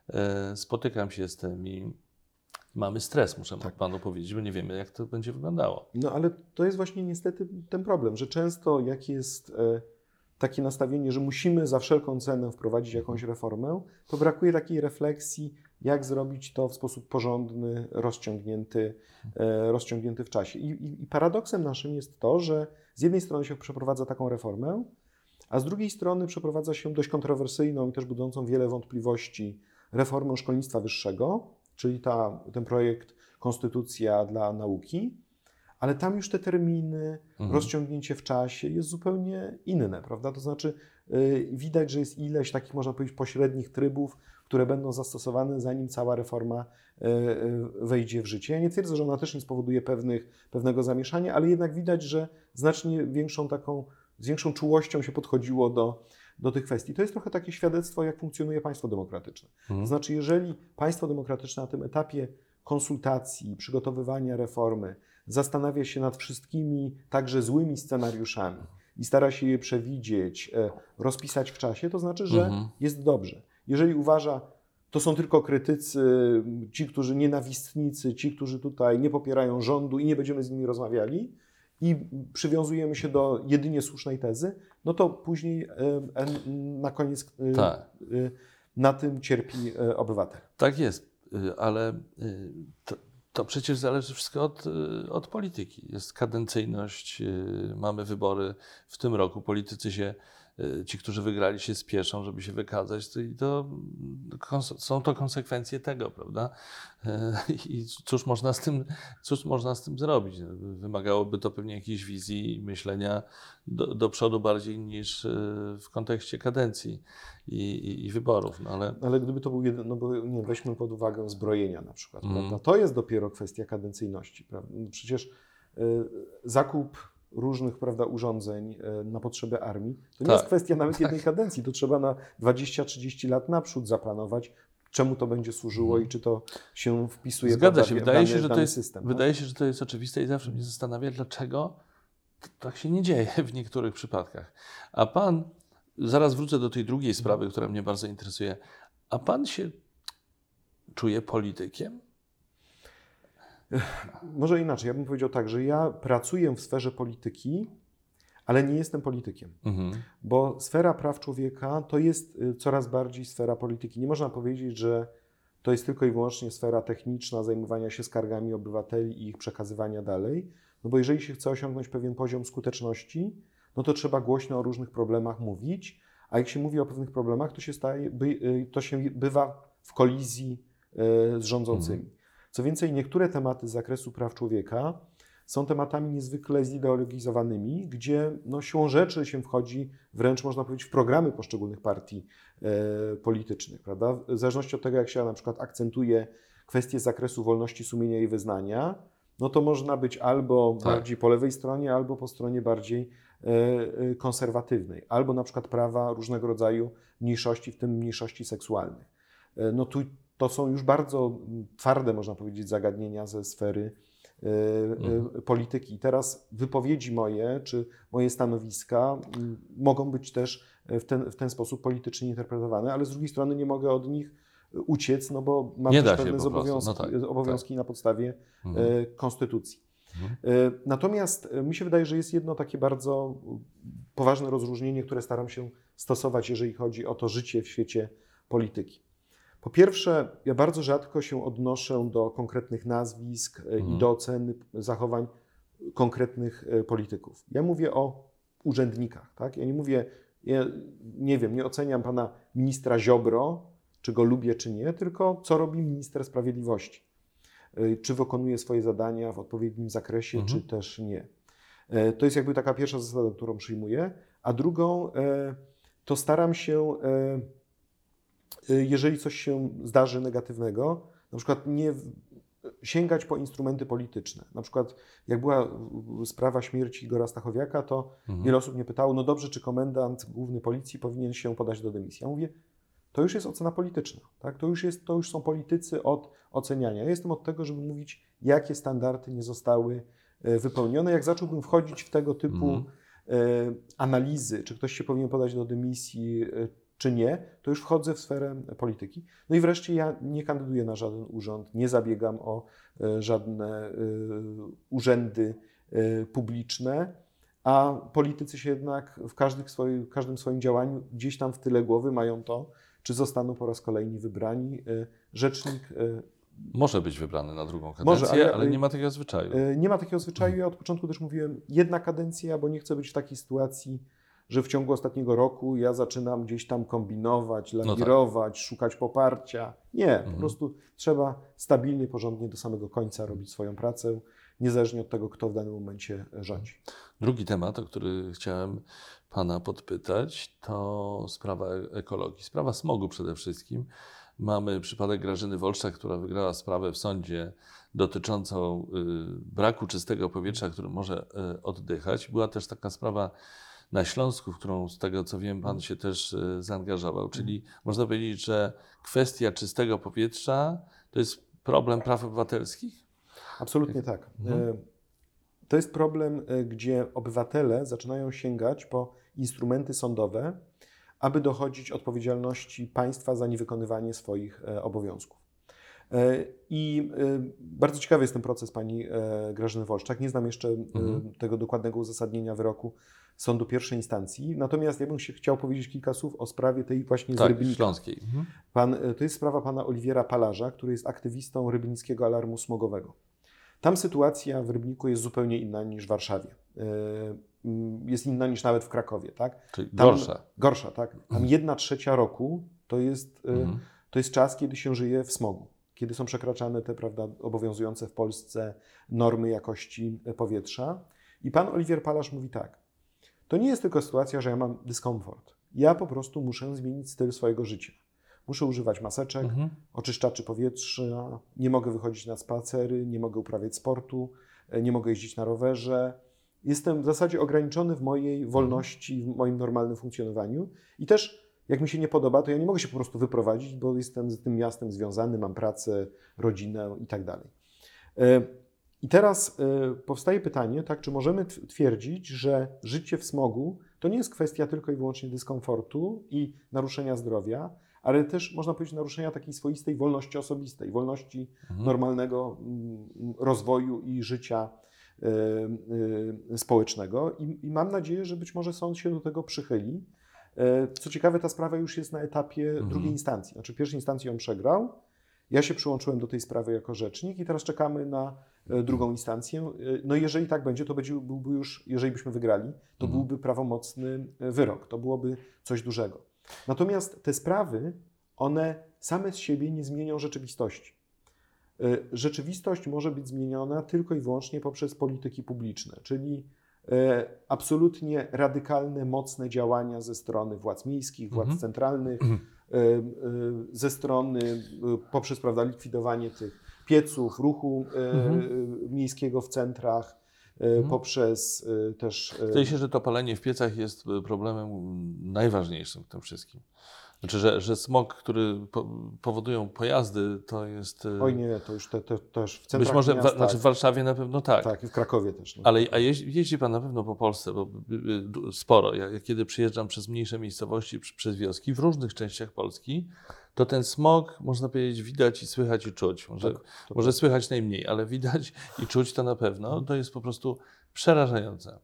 y, spotykam się z tym i mamy stres, muszę Tak. panu powiedzieć, bo nie wiemy, jak to będzie wyglądało. No ale to jest właśnie niestety ten problem, że często jak jest e, takie nastawienie, że musimy za wszelką cenę wprowadzić jakąś reformę, to brakuje takiej refleksji, jak zrobić to w sposób porządny, rozciągnięty, e, rozciągnięty w czasie. I, i, I paradoksem naszym jest to, że z jednej strony się przeprowadza taką reformę, a z drugiej strony przeprowadza się dość kontrowersyjną i też budzącą wiele wątpliwości reformę szkolnictwa wyższego, czyli ta, ten projekt Konstytucja dla nauki, ale tam już te terminy, Mhm. rozciągnięcie w czasie jest zupełnie inne, prawda? To znaczy yy, widać, że jest ileś takich, można powiedzieć, pośrednich trybów, które będą zastosowane, zanim cała reforma yy, yy, wejdzie w życie. Ja nie twierdzę, że ona też nie spowoduje pewnych, pewnego zamieszania, ale jednak widać, że znacznie większą taką, z większą czułością się podchodziło do, do tych kwestii. To jest trochę takie świadectwo, jak funkcjonuje państwo demokratyczne. Mhm. To znaczy, jeżeli państwo demokratyczne na tym etapie konsultacji, przygotowywania reformy zastanawia się nad wszystkimi, także złymi scenariuszami i stara się je przewidzieć, e, rozpisać w czasie, to znaczy, że Mhm. jest dobrze. Jeżeli uważa, to są tylko krytycy, ci, którzy nienawistnicy, ci, którzy tutaj nie popierają rządu i nie będziemy z nimi rozmawiali i przywiązujemy się do jedynie słusznej tezy, no to później e, e, na koniec e, Tak. e, na tym cierpi e, obywatel. Tak jest, y, ale y, to, to przecież zależy wszystko od, y, od polityki. Jest kadencyjność, y, mamy wybory w tym roku. Politycy się, y, ci, którzy wygrali, się spieszą, żeby się wykazać. To, I to kons- są to konsekwencje tego, prawda? Y, I cóż można z tym, cóż można z tym zrobić? Wymagałoby to pewnie jakiejś wizji i myślenia do, do przodu bardziej niż y, w kontekście kadencji i, i, i wyborów. No ale Ale gdyby to był jeden, no bo nie, weźmy pod uwagę zbrojenia na przykład, Mm. prawda? To jest dopiero kwestia kadencyjności, prawda? No przecież y, zakup różnych, prawda, urządzeń y, na potrzeby armii, to nie Tak. jest kwestia nawet jednej kadencji, to trzeba na dwadzieścia trzydzieści lat naprzód zaplanować, czemu to będzie służyło Mm. i czy to się wpisuje Zgadza prawda, się. w Wydaje dany, się, że to dany jest, system. tak? wydaje się, że to jest oczywiste i zawsze mnie zastanawia, dlaczego t- tak się nie dzieje w niektórych przypadkach. A pan, zaraz wrócę do tej drugiej sprawy, która mnie bardzo interesuje. A pan się czuje politykiem? Może inaczej, ja bym powiedział tak, że ja pracuję w sferze polityki, ale nie jestem politykiem. Mhm. Bo sfera praw człowieka to jest y, coraz bardziej sfera polityki. Nie można powiedzieć, że to jest tylko i wyłącznie sfera techniczna zajmowania się skargami obywateli i ich przekazywania dalej. No bo jeżeli się chce osiągnąć pewien poziom skuteczności, no to trzeba głośno o różnych problemach mówić, a jak się mówi o pewnych problemach, to się, staje, by, y, to się bywa w kolizji y, z rządzącymi. Co więcej, niektóre tematy z zakresu praw człowieka są tematami niezwykle zideologizowanymi, gdzie no, siłą rzeczy się wchodzi wręcz, można powiedzieć, w programy poszczególnych partii e, politycznych, prawda? W zależności od tego, jak się na przykład akcentuje kwestie z zakresu wolności sumienia i wyznania, no to można być albo Tak. bardziej po lewej stronie, albo po stronie bardziej e, e, konserwatywnej, albo na przykład prawa różnego rodzaju mniejszości, w tym mniejszości seksualnych. E, no tu to są już bardzo twarde, można powiedzieć, zagadnienia ze sfery Mhm. polityki. I teraz wypowiedzi moje, czy moje stanowiska m, mogą być też w ten, w ten sposób politycznie interpretowane, ale z drugiej strony nie mogę od nich uciec, no bo mam Nie też da się pewne po prostu. zobowiązki, No tak, obowiązki na podstawie Mhm. e, konstytucji. Mhm. E, Natomiast e, mi się wydaje, że jest jedno takie bardzo poważne rozróżnienie, które staram się stosować, jeżeli chodzi o to życie w świecie polityki. Po pierwsze, ja bardzo rzadko się odnoszę do konkretnych nazwisk e, Mhm. i do oceny zachowań konkretnych e, polityków. Ja mówię o urzędnikach. Tak? Ja nie mówię, ja nie wiem, nie oceniam pana ministra Ziobro, czy go lubię, czy nie, tylko co robi minister sprawiedliwości. E, Czy wykonuje swoje zadania w odpowiednim zakresie, Mhm. czy też nie. E, To jest jakby taka pierwsza zasada, którą przyjmuję. A drugą, e, to staram się e, jeżeli coś się zdarzy negatywnego, na przykład nie sięgać po instrumenty polityczne. Na przykład jak była sprawa śmierci Igora Stachowiaka, to mhm. wiele osób mnie pytało, no dobrze, czy komendant główny policji powinien się podać do dymisji. Ja mówię, to już jest ocena polityczna. Tak? To, już jest, to już są politycy od oceniania. Ja jestem od tego, żeby mówić, jakie standardy nie zostały wypełnione. Jak zacząłbym wchodzić w tego typu mhm. analizy, czy ktoś się powinien podać do dymisji, czy nie, to już wchodzę w sferę polityki. No i wreszcie ja nie kandyduję na żaden urząd, nie zabiegam o żadne urzędy publiczne, a politycy się jednak w, każdym swoim, w każdym swoim działaniu gdzieś tam w tyle głowy mają to, czy zostaną po raz kolejny wybrani. Rzecznik może być wybrany na drugą kadencję, może, ale, ale nie ma takiego zwyczaju. Nie ma takiego zwyczaju. Ja od początku też mówiłem, jedna kadencja, bo nie chcę być w takiej sytuacji, że w ciągu ostatniego roku ja zaczynam gdzieś tam kombinować, lawirować, no tak. szukać poparcia. Nie, mhm. po prostu trzeba stabilnie, porządnie do samego końca robić swoją pracę, niezależnie od tego, kto w danym momencie rządzi. Drugi temat, o który chciałem Pana podpytać, to sprawa ekologii. Sprawa smogu przede wszystkim. Mamy przypadek Grażyny Wolszczak, która wygrała sprawę w sądzie dotyczącą braku czystego powietrza, którym może oddychać. Była też taka sprawa na Śląsku, w którą z tego co wiem Pan się też zaangażował. Czyli można powiedzieć, że kwestia czystego powietrza to jest problem praw obywatelskich? Absolutnie tak. Mhm. To jest problem, gdzie obywatele zaczynają sięgać po instrumenty sądowe, aby dochodzić odpowiedzialności państwa za niewykonywanie swoich obowiązków. I bardzo ciekawy jest ten proces pani Grażyny Wolszczak. Nie znam jeszcze mhm. tego dokładnego uzasadnienia wyroku sądu pierwszej instancji. Natomiast ja bym się chciał powiedzieć kilka słów o sprawie tej właśnie tak, z Rybnika. Śląskiej. Mhm. Pan, to jest sprawa pana Oliwiera Palarza, który jest aktywistą Rybnickiego Alarmu Smogowego. Tam sytuacja w Rybniku jest zupełnie inna niż w Warszawie. Jest inna niż nawet w Krakowie. Tak? Czyli Tam, gorsza. Gorsza, tak. Tam mhm. jedna trzecia roku to jest, mhm. to jest czas, kiedy się żyje w smogu. Kiedy są przekraczane te, prawda, obowiązujące w Polsce normy jakości powietrza. I pan Oliwier Palarz mówi tak, to nie jest tylko sytuacja, że ja mam dyskomfort. Ja po prostu muszę zmienić styl swojego życia. Muszę używać maseczek, mhm. oczyszczaczy powietrza, nie mogę wychodzić na spacery, nie mogę uprawiać sportu, nie mogę jeździć na rowerze. Jestem w zasadzie ograniczony w mojej wolności, w moim normalnym funkcjonowaniu i też jak mi się nie podoba, to ja nie mogę się po prostu wyprowadzić, bo jestem z tym miastem związany, mam pracę, rodzinę i tak dalej. I teraz powstaje pytanie, tak, czy możemy twierdzić, że życie w smogu to nie jest kwestia tylko i wyłącznie dyskomfortu i naruszenia zdrowia, ale też można powiedzieć naruszenia takiej swoistej wolności osobistej, wolności mhm. normalnego rozwoju i życia y, y, społecznego. I, I mam nadzieję, że być może sąd się do tego przychyli. Co ciekawe, ta sprawa już jest na etapie mhm. drugiej instancji. Znaczy w pierwszej instancji ją przegrał, ja się przyłączyłem do tej sprawy jako rzecznik i teraz czekamy na drugą instancję. No i jeżeli tak będzie, to będzie, byłby już, jeżeli byśmy wygrali, to mhm. byłby prawomocny wyrok. To byłoby coś dużego. Natomiast te sprawy, one same z siebie nie zmienią rzeczywistości. Rzeczywistość może być zmieniona tylko i wyłącznie poprzez polityki publiczne, czyli absolutnie radykalne, mocne działania ze strony władz miejskich, władz mhm. centralnych, mhm. ze strony poprzez, prawda, likwidowanie tych pieców, ruchu mhm. miejskiego w centrach, mhm. poprzez też... Zdaje się, że to palenie w piecach jest problemem najważniejszym w tym wszystkim. Znaczy, że, że smog, który po, powodują pojazdy, to jest... Oj nie, to już te, te, też w centrach być może miast, w, znaczy tak. w Warszawie na pewno tak. Tak, i w Krakowie też. No. Ale a jeździ, jeździ Pan na pewno po Polsce, bo sporo. Ja, kiedy przyjeżdżam przez mniejsze miejscowości, przez wioski, w różnych częściach Polski, to ten smog, można powiedzieć, widać i słychać i czuć. Może, tak, może słychać najmniej, ale widać i czuć to na pewno. To jest po prostu przerażające.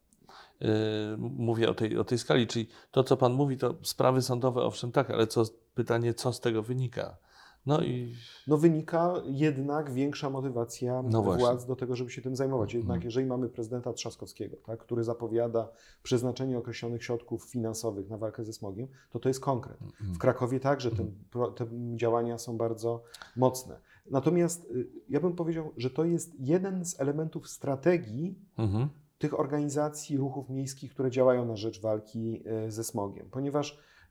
Mówię o tej, o tej skali, czyli to, co Pan mówi, to sprawy sądowe, owszem tak, ale co, pytanie, co z tego wynika? No i... No wynika jednak większa motywacja no władz do tego, żeby się tym zajmować. Jednak hmm. jeżeli mamy prezydenta Trzaskowskiego, tak, który zapowiada przeznaczenie określonych środków finansowych na walkę ze smogiem, to to jest konkret. W Krakowie także te, te działania są bardzo mocne. Natomiast ja bym powiedział, że to jest jeden z elementów strategii hmm. tych organizacji ruchów miejskich, które działają na rzecz walki ze smogiem. Ponieważ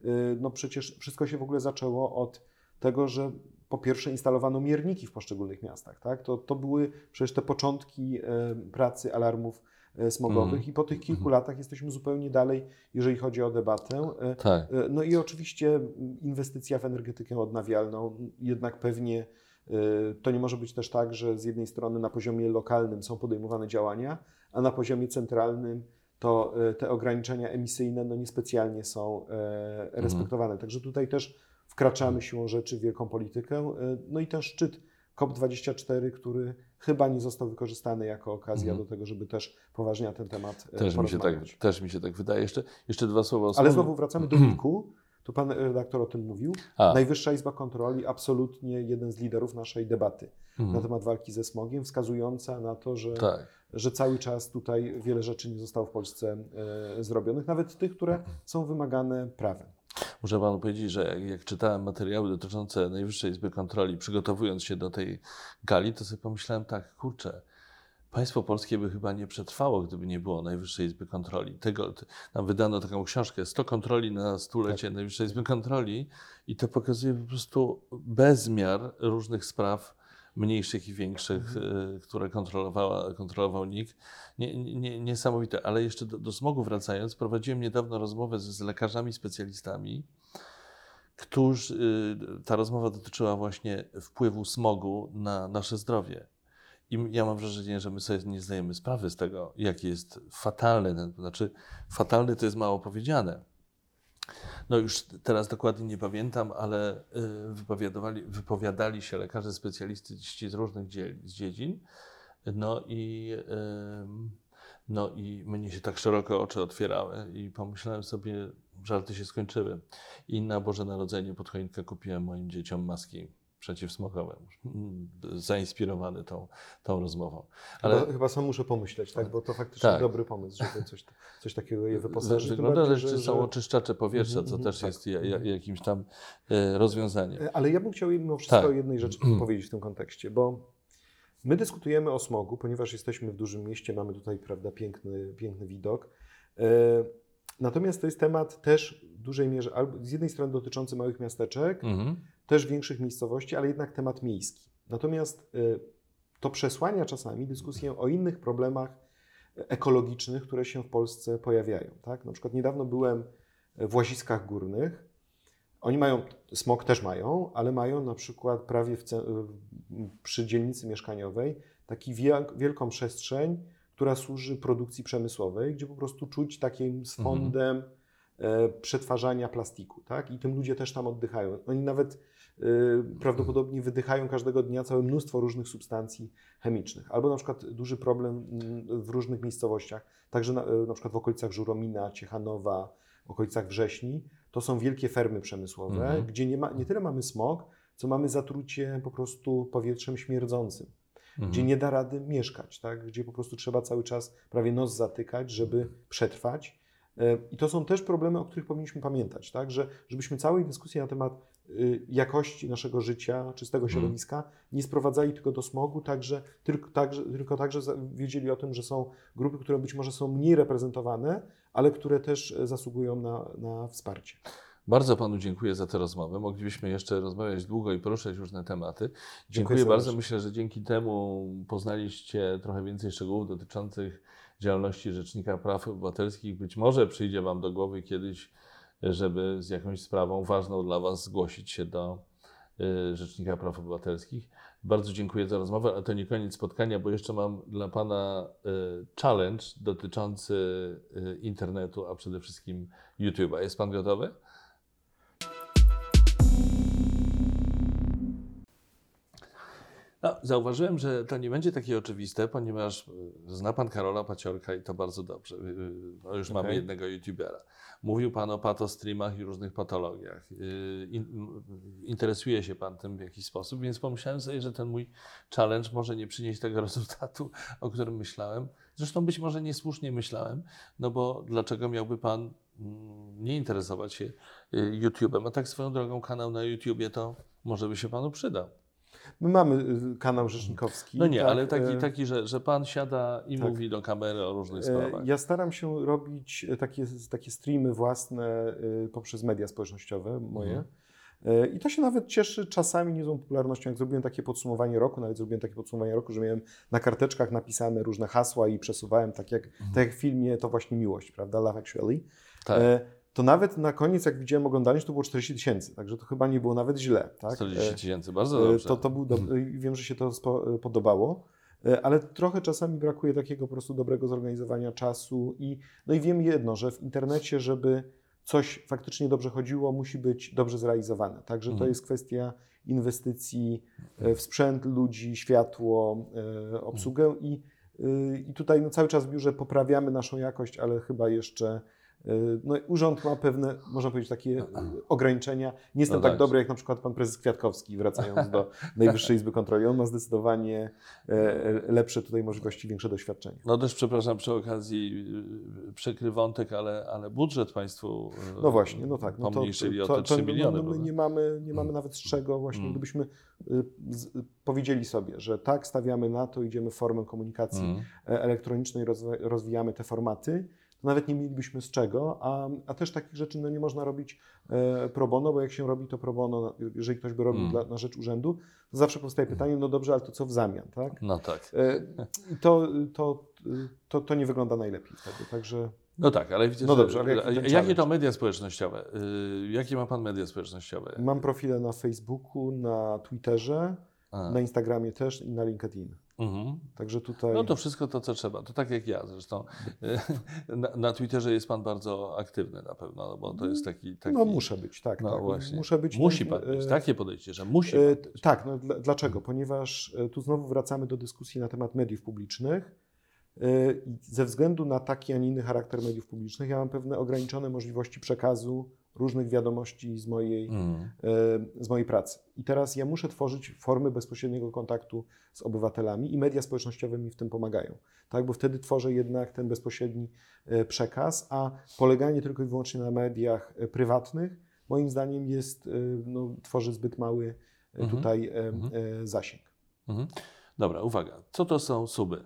no przecież wszystko się w ogóle zaczęło od tego, że po pierwsze instalowano mierniki w poszczególnych miastach. Tak? To, to były przecież te początki pracy alarmów smogowych mm. i po tych kilku mm. latach jesteśmy zupełnie dalej, jeżeli chodzi o debatę. Tak. No i oczywiście inwestycja w energetykę odnawialną, jednak pewnie to nie może być też tak, że z jednej strony na poziomie lokalnym są podejmowane działania, a na poziomie centralnym to te ograniczenia emisyjne no niespecjalnie są respektowane. Mm. Także tutaj też wkraczamy siłą rzeczy w wielką politykę. No i ten szczyt COP dwadzieścia cztery, który chyba nie został wykorzystany jako okazja mm. do tego, żeby też poważnie na ten temat też mi się tak, Też mi się tak wydaje. Jeszcze, jeszcze dwa słowa o Ale znowu wracamy do niku. Tu pan redaktor o tym mówił. A. Najwyższa Izba Kontroli, absolutnie jeden z liderów naszej debaty mm. na temat walki ze smogiem, wskazująca na to, że, tak. że cały czas tutaj wiele rzeczy nie zostało w Polsce e, zrobionych, nawet tych, które są wymagane prawem. Muszę panu powiedzieć, że jak, jak czytałem materiały dotyczące Najwyższej Izby Kontroli, przygotowując się do tej gali, to sobie pomyślałem tak, kurczę, państwo polskie by chyba nie przetrwało, gdyby nie było Najwyższej Izby Kontroli. Tego, nam wydano taką książkę, sto kontroli na stulecie tak. Najwyższej Izby Kontroli i to pokazuje po prostu bezmiar różnych spraw, mniejszych i większych, mhm. które kontrolowała, kontrolował N I K. Nie, nie, niesamowite. Ale jeszcze do, do smogu wracając, prowadziłem niedawno rozmowę z, z lekarzami specjalistami, którzy, ta rozmowa dotyczyła właśnie wpływu smogu na nasze zdrowie. I ja mam wrażenie, że my sobie nie zdajemy sprawy z tego, jaki jest fatalny, to znaczy fatalny to jest mało powiedziane. No już teraz dokładnie nie pamiętam, ale wypowiadali, wypowiadali się lekarze specjaliści z różnych dziedzin, no i, no i mnie się tak szeroko oczy otwierały i pomyślałem sobie, żarty się skończyły. I na Boże Narodzenie pod choinkę kupiłem moim dzieciom maski przeciwsmogowe, zainspirowany tą, tą rozmową. Ale chyba, chyba sam muszę pomyśleć, tak? Bo to faktycznie tak. dobry pomysł, żeby coś, coś takiego je wyposażyć. Wygląda, bardziej, że, że są oczyszczacze powietrza, co mm, też tak. jest ja, ja, jakimś tam e, rozwiązaniem. Ale ja bym chciał mimo wszystko tak. o jednej rzeczy powiedzieć w tym kontekście, bo my dyskutujemy o smogu, ponieważ jesteśmy w dużym mieście, mamy tutaj, prawda, piękny, piękny widok. E, natomiast to jest temat też w dużej mierze, albo z jednej strony dotyczący małych miasteczek, mm-hmm. też większych miejscowości, ale jednak temat miejski. Natomiast y, to przesłania czasami dyskusję o innych problemach ekologicznych, które się w Polsce pojawiają. Tak? Na przykład niedawno byłem w Łaziskach Górnych. Oni mają, smog też mają, ale mają na przykład prawie w, przy dzielnicy mieszkaniowej taki wielk, wielką przestrzeń, która służy produkcji przemysłowej, gdzie po prostu czuć takim swądem mhm. e, przetwarzania plastiku. Tak? I tym ludzie też tam oddychają. Oni nawet e, prawdopodobnie wydychają każdego dnia całe mnóstwo różnych substancji chemicznych. Albo na przykład duży problem w różnych miejscowościach, także na, na przykład w okolicach Żuromina, Ciechanowa, w okolicach Wrześni, to są wielkie fermy przemysłowe, mhm. gdzie nie, ma, nie tyle mamy smog, co mamy zatrucie po prostu powietrzem śmierdzącym. Mhm. Gdzie nie da rady mieszkać, tak? Gdzie po prostu trzeba cały czas prawie nos zatykać, żeby przetrwać. I to są też problemy, o których powinniśmy pamiętać, tak? Że, żebyśmy całej dyskusji na temat jakości naszego życia, czystego środowiska mhm. nie sprowadzali tylko do smogu, także, tylko, także, tylko także wiedzieli o tym, że są grupy, które być może są mniej reprezentowane, ale które też zasługują na, na wsparcie. Bardzo Panu dziękuję za tę rozmowę. Moglibyśmy jeszcze rozmawiać długo i poruszać różne tematy. Dziękuję, dziękuję bardzo. Myślę, że dzięki temu poznaliście trochę więcej szczegółów dotyczących działalności Rzecznika Praw Obywatelskich. Być może przyjdzie Wam do głowy kiedyś, żeby z jakąś sprawą ważną dla Was zgłosić się do Rzecznika Praw Obywatelskich. Bardzo dziękuję za rozmowę, ale to nie koniec spotkania, bo jeszcze mam dla Pana challenge dotyczący internetu, a przede wszystkim YouTube'a. Jest Pan gotowy? No, zauważyłem, że to nie będzie takie oczywiste, ponieważ zna Pan Karola Paciorka i to bardzo dobrze. No, już okay. mamy jednego YouTubera. Mówił Pan o patostreamach i różnych patologiach. Interesuje się Pan tym w jakiś sposób, więc pomyślałem sobie, że ten mój challenge może nie przynieść tego rezultatu, o którym myślałem. Zresztą być może niesłusznie myślałem, no bo dlaczego miałby Pan nie interesować się YouTube'em? A tak swoją drogą kanał na YouTubie to może by się Panu przydał. My mamy y, kanał rzecznikowski. No nie, tak, ale taki, e, taki że, że pan siada i tak. mówi do kamery o różnych e, sprawach. Ja staram się robić takie, takie streamy własne y, poprzez media społecznościowe moje. Mhm. E, I to się nawet cieszy czasami niezłą popularnością. Jak zrobiłem takie podsumowanie roku, nawet zrobiłem takie podsumowanie roku, że miałem na karteczkach napisane różne hasła i przesuwałem, tak jak, Mhm. tak jak w filmie To właśnie miłość, prawda? Love Actually. Tak. E, To nawet na koniec, jak widziałem oglądalność, to było czterdzieści tysięcy, także to chyba nie było nawet źle. Tak? czterdzieści tysięcy, bardzo E, dobrze. To, to był do... Wiem, że się to spo... podobało, e, ale trochę czasami brakuje takiego po prostu dobrego zorganizowania czasu i, no i wiem jedno, że w internecie, żeby coś faktycznie dobrze chodziło, musi być dobrze zrealizowane. Także to Mhm. jest kwestia inwestycji w sprzęt, ludzi, światło, e, obsługę i, y, i tutaj no, cały czas w biurze poprawiamy naszą jakość, ale chyba jeszcze no, urząd ma pewne, można powiedzieć, takie ograniczenia. Nie jestem No tak tak. dobry jak na przykład pan prezes Kwiatkowski, wracając do Najwyższej Izby Kontroli. On ma zdecydowanie e, lepsze tutaj możliwości, większe doświadczenie. No też przepraszam przy okazji y, przykrywątek, ale, ale budżet państwu y, No właśnie, no tak. No to, pomniejszyli o to, te to, trzy miliony. no, my prawda? nie mamy, nie mamy nawet z czego właśnie, Mm. gdybyśmy y, z, powiedzieli sobie, że tak, stawiamy na to, idziemy w formę komunikacji Mm. e, elektronicznej, rozwi- rozwijamy te formaty, to nawet nie mielibyśmy z czego, a, a też takich rzeczy no, nie można robić e, pro bono, bo jak się robi to pro bono, jeżeli ktoś by robił Mm. dla, na rzecz urzędu, to zawsze powstaje pytanie, no dobrze, ale to co w zamian, tak? No tak. E, I to, to, to, to nie wygląda najlepiej wtedy, także... No tak, ale widzę, No że, dobrze, ale jaki ten jakie challenge? to media społecznościowe? Y, jakie ma pan media społecznościowe? Mam profile na Facebooku, na Twitterze, A. na Instagramie też i na LinkedIn. Mhm. Także tutaj... No to wszystko to, co trzeba. To tak jak ja zresztą. Na, na Twitterze jest pan bardzo aktywny na pewno, no bo to jest taki... taki No muszę być, tak. No tak. właśnie. Muszę być. Musi no, pan być. e, Takie podejście, że musi e, pan być. Tak, no, dla- dlaczego? Ponieważ e, tu znowu wracamy do dyskusji na temat mediów publicznych. E, i Ze względu na taki, a nie inny charakter mediów publicznych, ja mam pewne ograniczone możliwości przekazu różnych wiadomości z mojej, Mm. e, z mojej pracy. I teraz ja muszę tworzyć formy bezpośredniego kontaktu z obywatelami i media społecznościowe mi w tym pomagają. Tak, bo wtedy tworzę jednak ten bezpośredni e, przekaz, a poleganie tylko i wyłącznie na mediach e, prywatnych moim zdaniem jest, e, no, tworzy zbyt mały e, Mhm. tutaj e, Mhm. e, zasięg. Mhm. Dobra, uwaga. Co to są suby?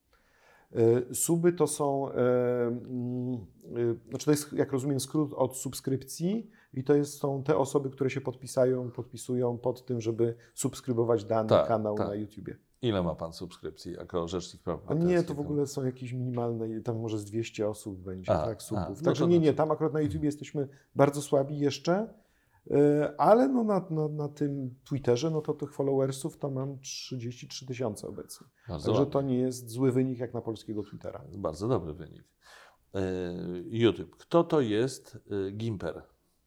E, Suby to są, e, mm, e, znaczy to jest, jak rozumiem, skrót od subskrypcji i to jest, są te osoby, które się podpisają, podpisują pod tym, żeby subskrybować dany Tak, kanał tak. na YouTubie. Ile ma pan subskrypcji jako rzecznik praw A nie, obywatelskich? to w ogóle są jakieś minimalne, tam może z dwieście osób będzie, A, tak, subów. a, no Także to nie, znaczy- nie, tam akurat na YouTubie jesteśmy bardzo słabi jeszcze, e, ale no na, na, na tym Twitterze, no to tych followersów to mam trzydzieści trzy tysiące obecnie. Bardzo Także ładnie. to nie jest zły wynik jak na polskiego Twittera. Bardzo dobry wynik. Y, YouTube. Kto to jest y, Gimper?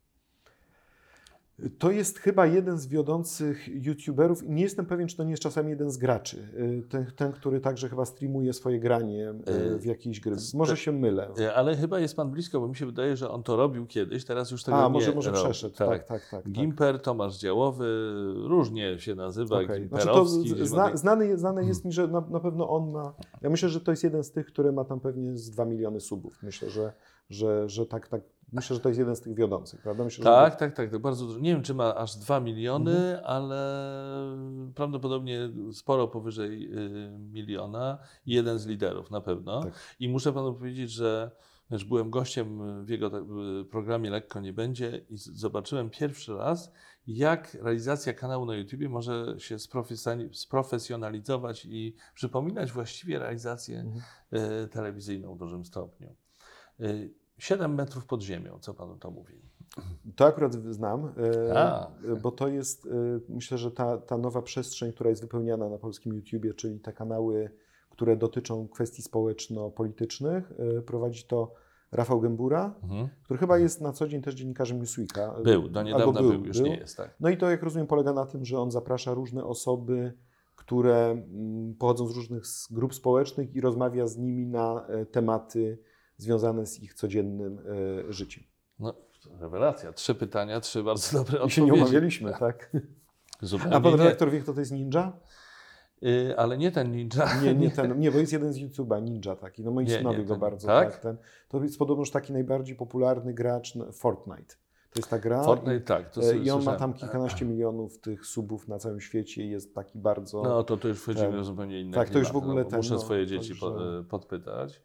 To jest chyba jeden z wiodących YouTuberów i nie jestem pewien, czy to nie jest czasami jeden z graczy. Y, Ten, ten który także chyba streamuje swoje granie y, w jakiejś gry. Może się mylę. Y, Ale chyba jest pan blisko, bo mi się wydaje, że on to robił kiedyś, teraz już tego A, nie może, może robi. przeszedł. Tak, tak, tak. tak. Gimper, Tomasz Działowy, różnie się nazywa, Okej. Znaczy to Gimperowski. z- gdzieś ma zna, tak- znany, jest- znane jest mi, że na, na pewno on ma. Ja myślę, że to jest jeden z tych, który ma tam pewnie z dwa miliony subów. Myślę, że, że, że tak, tak. Myślę, że to jest jeden z tych wiodących, prawda? Myślę, Tak, że... tak, tak, to bardzo dużo. Nie wiem, czy ma aż dwa miliony, Mhm. ale prawdopodobnie sporo powyżej y, miliona. Jeden z liderów na pewno. Tak. I muszę panu powiedzieć, że też byłem gościem w jego tak, y, programie Lekko nie będzie i z- zobaczyłem pierwszy raz, jak realizacja kanału na YouTubie może się sprofesjonali- sprofesjonalizować i przypominać właściwie realizację Mhm. y, telewizyjną w dużym stopniu. Y, siedem metrów pod ziemią, co panu to mówi? To akurat znam, e, A. bo to jest, e, myślę, że ta, ta nowa przestrzeń, która jest wypełniana na polskim YouTubie, czyli te kanały, które dotyczą kwestii społeczno-politycznych, e, prowadzi to Rafał Gębura, Mhm. który chyba jest na co dzień też dziennikarzem Newsweeka. Był, do niedawna Albo był, już nie jest, tak. No i to, jak rozumiem, polega na tym, że on zaprasza różne osoby, które mm, pochodzą z różnych s- grup społecznych i rozmawia z nimi na e, tematy związane z ich codziennym e, życiem. No, rewelacja. Trzy pytania, trzy bardzo dobre I się odpowiedzi. nie umawialiśmy, tak? Zupełnie A pan nie. redaktor wie, kto to jest Ninja? Y, ale nie ten ninja. Nie, nie ten, nie, bo jest jeden z YouTube'a, Ninja taki, no moi Nie, synowie nie, go ten- bardzo, tak? tak? Ten, to jest podobnoż taki najbardziej popularny gracz na Fortnite. To jest ta gra. Fortnite, tak. To I, sobie I on ma słyszałem. tam kilkanaście milionów tych subów na całym świecie i jest taki bardzo... No to, to już wchodzimy ten, w zupełnie inne tak, to już w klimaty, ogóle no, ten, muszę no, swoje to dzieci już, po, że- podpytać.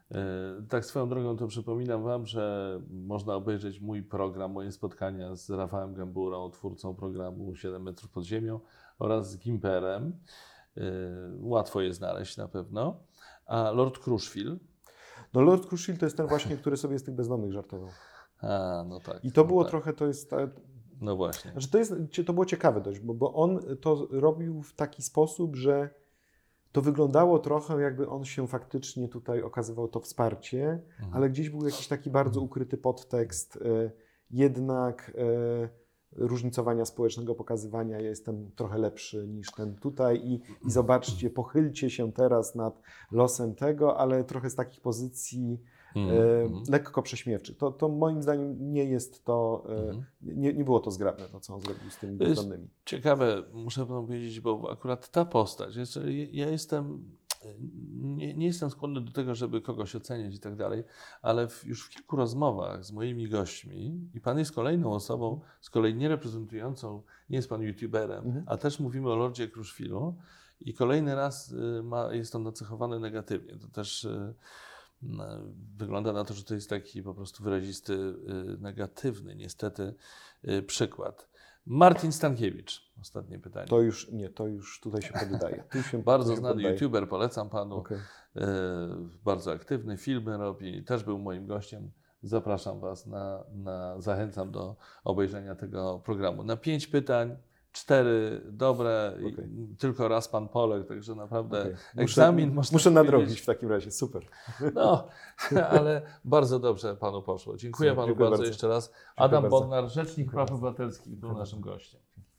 E, Tak swoją drogą to przypominam Wam, że można obejrzeć mój program, moje spotkania z Rafałem Gęburą, twórcą programu siedem metrów pod ziemią oraz z Gimperem. E, Łatwo je znaleźć na pewno. A Lord Crushfield, No Lord Crushfield to jest ten właśnie, który sobie z tych bezdomnych żartował. a no tak. I to no było tak. trochę, to jest... Ta, No właśnie. Znaczy to, jest, to było ciekawe dość, bo, bo on to robił w taki sposób, że to wyglądało trochę, jakby on się faktycznie tutaj okazywał to wsparcie, Mhm. ale gdzieś był jakiś taki bardzo ukryty podtekst, e, jednak e, różnicowania społecznego, pokazywania, ja jestem trochę lepszy niż ten tutaj i, i zobaczcie, pochylcie się teraz nad losem tego, ale trochę z takich pozycji e, Mhm. lekko prześmiewczych. To, to moim zdaniem nie jest to, e, Mhm. nie, nie było to zgrabne, to co on zrobił z tymi To jest- bezdomnymi. Ciekawe, muszę Wam powiedzieć, bo akurat ta postać, jest, ja jestem, nie, nie jestem skłonny do tego, żeby kogoś oceniać i tak dalej, ale w, już w kilku rozmowach z moimi gośćmi i Pan jest kolejną osobą, z kolei nie reprezentującą, nie jest Pan youtuberem, Mhm. a też mówimy o Lordzie Crushfieldu i kolejny raz y, ma, jest on nacechowany negatywnie. To też y, no, wygląda na to, że to jest taki po prostu wyrazisty, y, negatywny niestety y, przykład. Martin Stankiewicz, ostatnie pytanie. To już nie, to już tutaj się poddaje. Tu się, Bardzo tu się znany poddaje. youtuber, polecam Panu. Okej. E, bardzo aktywny, filmy robi, też był moim gościem. Zapraszam Was, na, na, zachęcam do obejrzenia tego programu. Na pięć pytań, cztery dobre, i Okej. tylko raz Pan Polek, także naprawdę Okej. egzamin muszę, można muszę powiedzieć. nadrobić w takim razie, super. No, ale bardzo dobrze Panu poszło. Dziękuję Panu Dziękuję bardzo, bardzo. jeszcze raz. Adam bardzo. Bodnar, Rzecznik Dziękuję Praw bardzo. Obywatelskich, był Dziękuję naszym gościem.